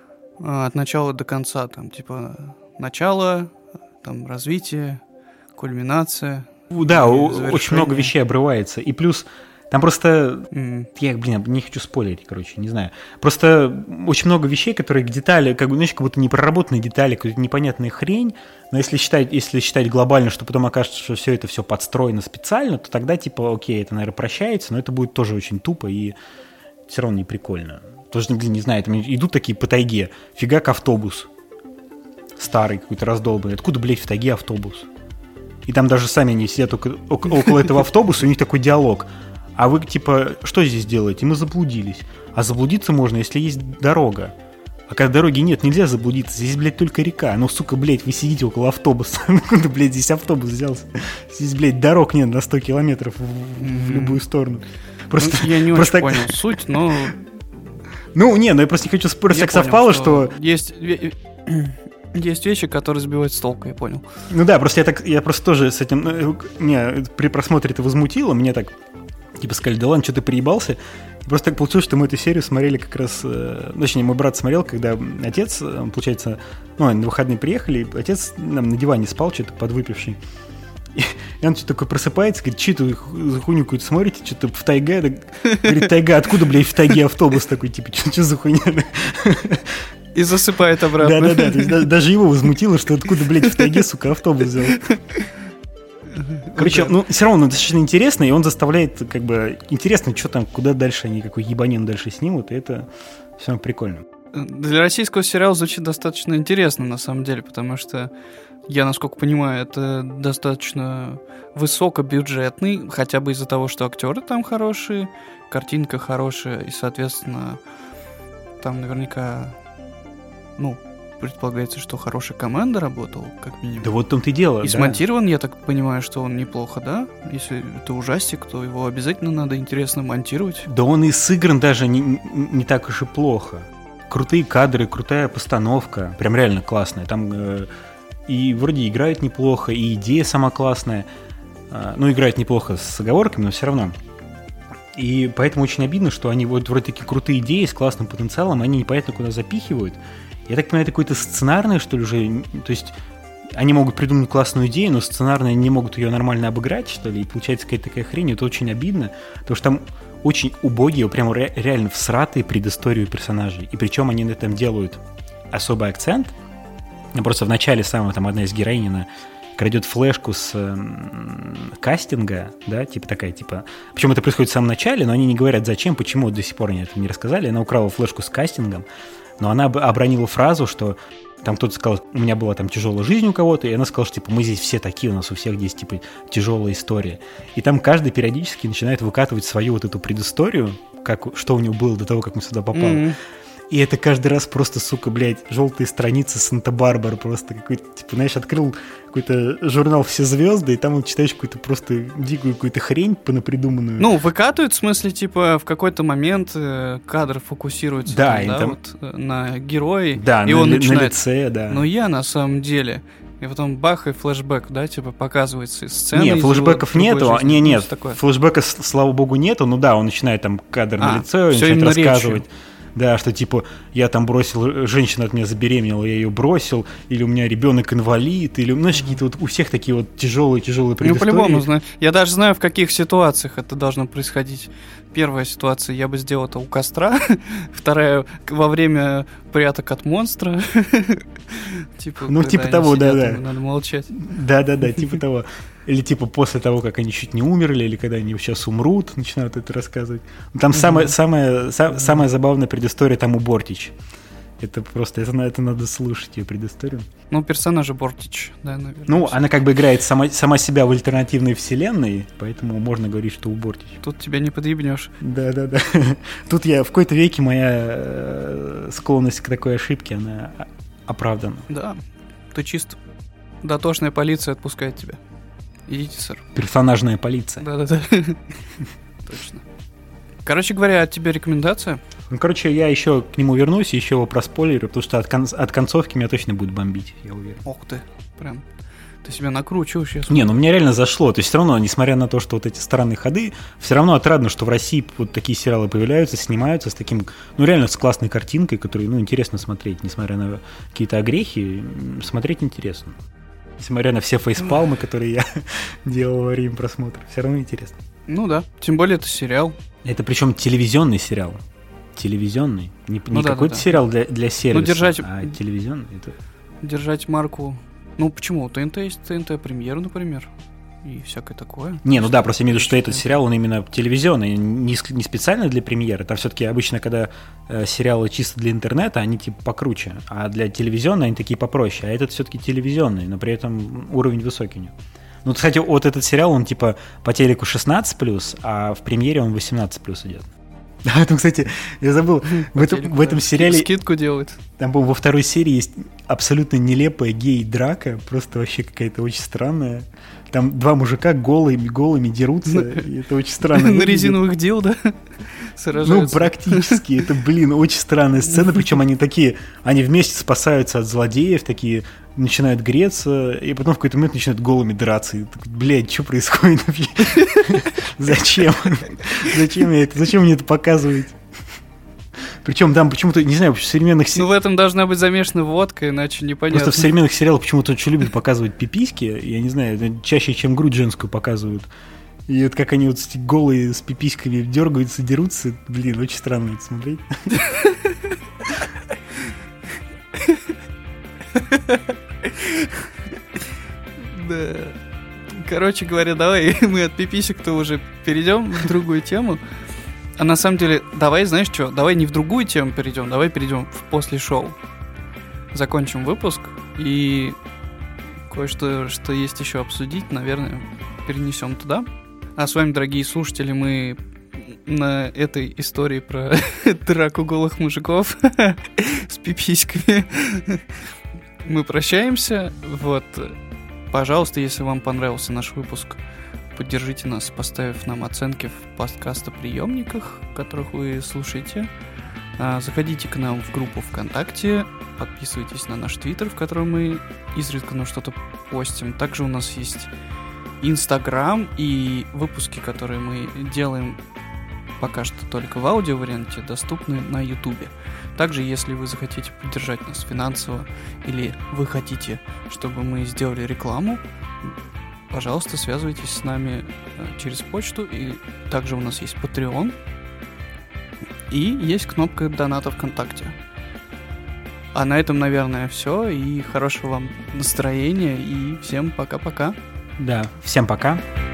э, от начала до конца, там, типа, начало, там, развитие, кульминация. Да, завершение. Очень много вещей обрывается. И плюс там просто... Mm. Я, блин, не хочу спойлерить, короче, не знаю. Просто очень много вещей, которые к детали, как бы, знаешь, как будто непроработанные детали, какая-то непонятная хрень. Но если считать, если считать глобально, что потом окажется, что все это все подстроено специально, то тогда, типа, окей, это, наверное, прощается, но это будет тоже очень тупо и все равно не прикольно. Тоже, блин, не знаю, там идут такие по тайге, фигак автобус. Старый какой-то раздолбанный. Откуда, блядь, в тайге автобус? И там даже сами они сидят около, около этого автобуса, у них такой диалог. А вы, типа, что здесь делаете? Мы заблудились. А заблудиться можно, если есть дорога. А когда дороги нет, нельзя заблудиться. Здесь, блядь, только река. Ну, сука, блядь, вы сидите около автобуса. Ну, куда, блядь, здесь автобус взялся? Здесь, блядь, дорог нет на сто километров в, в любую сторону. Просто, ну, я не просто... очень понял суть, но... Ну, не, ну я просто не хочу спорить, так совпало, что... Есть... Есть вещи, которые сбивают с толка, я понял. Ну да, просто я так, я просто тоже с этим, меня при просмотре это возмутило, мне так, типа, сказали, да ладно, что ты приебался? Просто так получилось, что мы эту серию смотрели как раз... Э, точнее, мой брат смотрел, когда отец, он, получается... Ну, на выходные приехали, и отец нам на диване спал, что-то подвыпивший. И, и он что-то такой просыпается, говорит, что это за хуйню какую-то смотрите, что-то в тайге. Так, говорит, тайга, откуда, блядь, в тайге автобус такой, типа, что за хуйня? И засыпает обратно. Да-да-да, то есть да, даже его возмутило, что откуда, блядь, в тайге, сука, автобус взял. Короче, ну, все равно достаточно интересно, и он заставляет, как бы, интересно, что там, куда дальше они, какой ебанин дальше снимут, и это все равно прикольно. Для российского сериала звучит достаточно интересно, на самом деле, потому что, я, насколько понимаю, это достаточно высокобюджетный, хотя бы из-за того, что актеры там хорошие, картинка хорошая, и, соответственно, там наверняка, ну, предполагается, что хорошая команда работала, как минимум. Да вот в том-то и дело, И да. смонтирован, я так понимаю, что он неплохо, да? Если это ужастик, то его обязательно надо интересно монтировать. Да он и сыгран даже не, не, не так уж и плохо. Крутые кадры, крутая постановка, прям реально классная. Там э, и вроде играют неплохо, и идея сама классная. Э, ну, играют неплохо с оговорками, но все равно. И поэтому очень обидно, что они вот вроде такие крутые идеи с классным потенциалом, они непонятно куда запихивают. Я так понимаю, это какое-то сценарное, что ли, уже... То есть они могут придумать классную идею, но сценарно не могут ее нормально обыграть, что ли, и получается какая-то такая хрень. Это очень обидно, потому что там очень убогие, прямо ре- реально всратые предысторию персонажей. И причем они на этом делают особый акцент. Просто в начале самого там одна из героинь, она крадет флешку с э, кастинга, да, типа такая, типа... Причем это происходит в самом начале, но они не говорят, зачем, почему, до сих пор они это не рассказали. Она украла флешку с кастингом, но она обронила фразу, что там кто-то сказал, у меня была там тяжелая жизнь у кого-то, и она сказала, что типа мы здесь все такие, у нас у всех здесь типа тяжелая история. И там каждый периодически начинает выкатывать свою вот эту предысторию, как, что у него было до того, как он сюда попал. Mm-hmm. И это каждый раз просто, сука, блядь, желтые страницы Санта-Барбара просто какой-то, типа, знаешь, открыл какой-то журнал «Все звезды», и там вот читаешь какую-то просто дикую какую-то хрень понапридуманную. Ну, выкатывают, в смысле, типа, в какой-то момент э, кадр фокусируется да, там, да, там... вот, э, на герое, да, и на, он на начинает, лице, да. ну я на самом деле... И потом бах, и флешбэк, да, типа, показывается сцена. Нет, флешбэков нету, не, нет, такое. Флешбэка, слава богу, нету, ну да, он начинает там кадр а, на лице, он начинает рассказывать. Речью. Да, что типа я там бросил, женщина от меня забеременела, я ее бросил, или у меня ребенок инвалид, или, знаешь, какие-то вот у всех такие вот тяжелые-тяжелые предыстории. Ну, по-любому знаю. Я даже знаю, в каких ситуациях это должно происходить. Первая ситуация, я бы сделал это у костра. Вторая, во время пряток от монстра. Типа, ну, типа того, да-да. Надо молчать. Да-да-да, типа того. Или типа после того, как они чуть не умерли, или когда они сейчас умрут, начинают это рассказывать. Там mm-hmm. самая, самая, са, самая забавная предыстория там у Бортич. Это просто, это, это надо слушать, ее предысторию. Ну, персонажа Бортич, да, наверное. Ну, она как бы играет сама, сама себя в альтернативной вселенной, поэтому можно говорить, что у Бортич. Тут тебя не подъебнешь. Да-да-да. Тут я, в какой-то веке моя склонность к такой ошибке, она оправдана. Да, ты чист. Дотошная полиция отпускает тебя. Идите, сэр. Персонажная полиция. Да-да-да. Точно. Короче говоря, от тебя рекомендация? Ну, короче, я еще к нему вернусь, еще его проспойлерю, потому что от, кон- от концовки меня точно будет бомбить, я уверен. Ох ты, прям. Ты себя накручиваешь сейчас. Не, ну мне реально зашло. То есть все равно, несмотря на то, что вот эти странные ходы, все равно отрадно, что в России вот такие сериалы появляются, снимаются с таким, ну реально с классной картинкой, которую, ну, интересно смотреть, несмотря на какие-то огрехи, смотреть интересно. Несмотря на все фейспалмы, которые я делал во время просмотра, все равно интересно. Ну да, тем более это сериал. Это причем телевизионный сериал. Телевизионный. Не, ну, не да, какой-то да, да. сериал для, для сервиса, ну, держать... а телевизионный. Это... Держать марку... Ну почему? У ТНТ есть ТНТ Премьер, например. И всякое такое. Не, ну да, просто я имею в виду, что этот сериал, он именно телевизионный, не, не специально для премьеры. Там все-таки обычно, когда э, сериалы чисто для интернета, они типа покруче. А для телевизионной они такие попроще. А этот все-таки телевизионный, но при этом уровень высокий у него. Ну, кстати, вот этот сериал, он типа по телеку шестнадцать плюс, а в премьере он восемнадцать плюс идет. Да, там, кстати, я забыл, в этом, телеку, в этом да. сериале... Скидку делает. Там, по-моему, во второй серии есть абсолютно нелепая гей-драка, просто вообще какая-то очень странная. Там два мужика голыми, голыми дерутся, и это очень странно. На резиновых дел, да? Ну, практически. Это, блин, очень странная сцена, причем они такие, они вместе спасаются от злодеев, такие начинают греться, и потом в какой-то момент начинают голыми драться. И так, блядь, что происходит? Зачем? Зачем мне это? Зачем мне это показывать? Причем там почему-то, не знаю, в современных... Ну, в этом должна быть замешана водка, иначе непонятно. Просто в современных сериалах почему-то очень любят показывать пиписьки, я не знаю, чаще, чем грудь женскую показывают. И вот как они вот голые с пиписьками дергаются, дерутся, блин, очень странно это смотреть. Да. Короче говоря, давай мы от пиписек-то уже перейдем в другую тему. А на самом деле, давай, знаешь что, давай не в другую тему перейдем, давай перейдем в после шоу. Закончим выпуск и кое-что, что есть еще обсудить, наверное, перенесем туда. А с вами, дорогие слушатели, мы на этой истории про драку голых мужиков с пиписьками мы прощаемся. Вот, пожалуйста, если вам понравился наш выпуск, поддержите нас, поставив нам оценки в подкастоприемниках, которых вы слушаете. Заходите к нам в группу ВКонтакте, подписывайтесь на наш Твиттер, в котором мы изредка ну, что-то постим. Также у нас есть Инстаграм, и выпуски, которые мы делаем пока что только в аудиоварианте, доступны на Ютубе. Также, если вы захотите поддержать нас финансово, или вы хотите, чтобы мы сделали рекламу, пожалуйста, связывайтесь с нами через почту. И также у нас есть Patreon. И есть кнопка доната ВКонтакте. А на этом, наверное, все. И хорошего вам настроения. И всем пока-пока. Да, всем пока.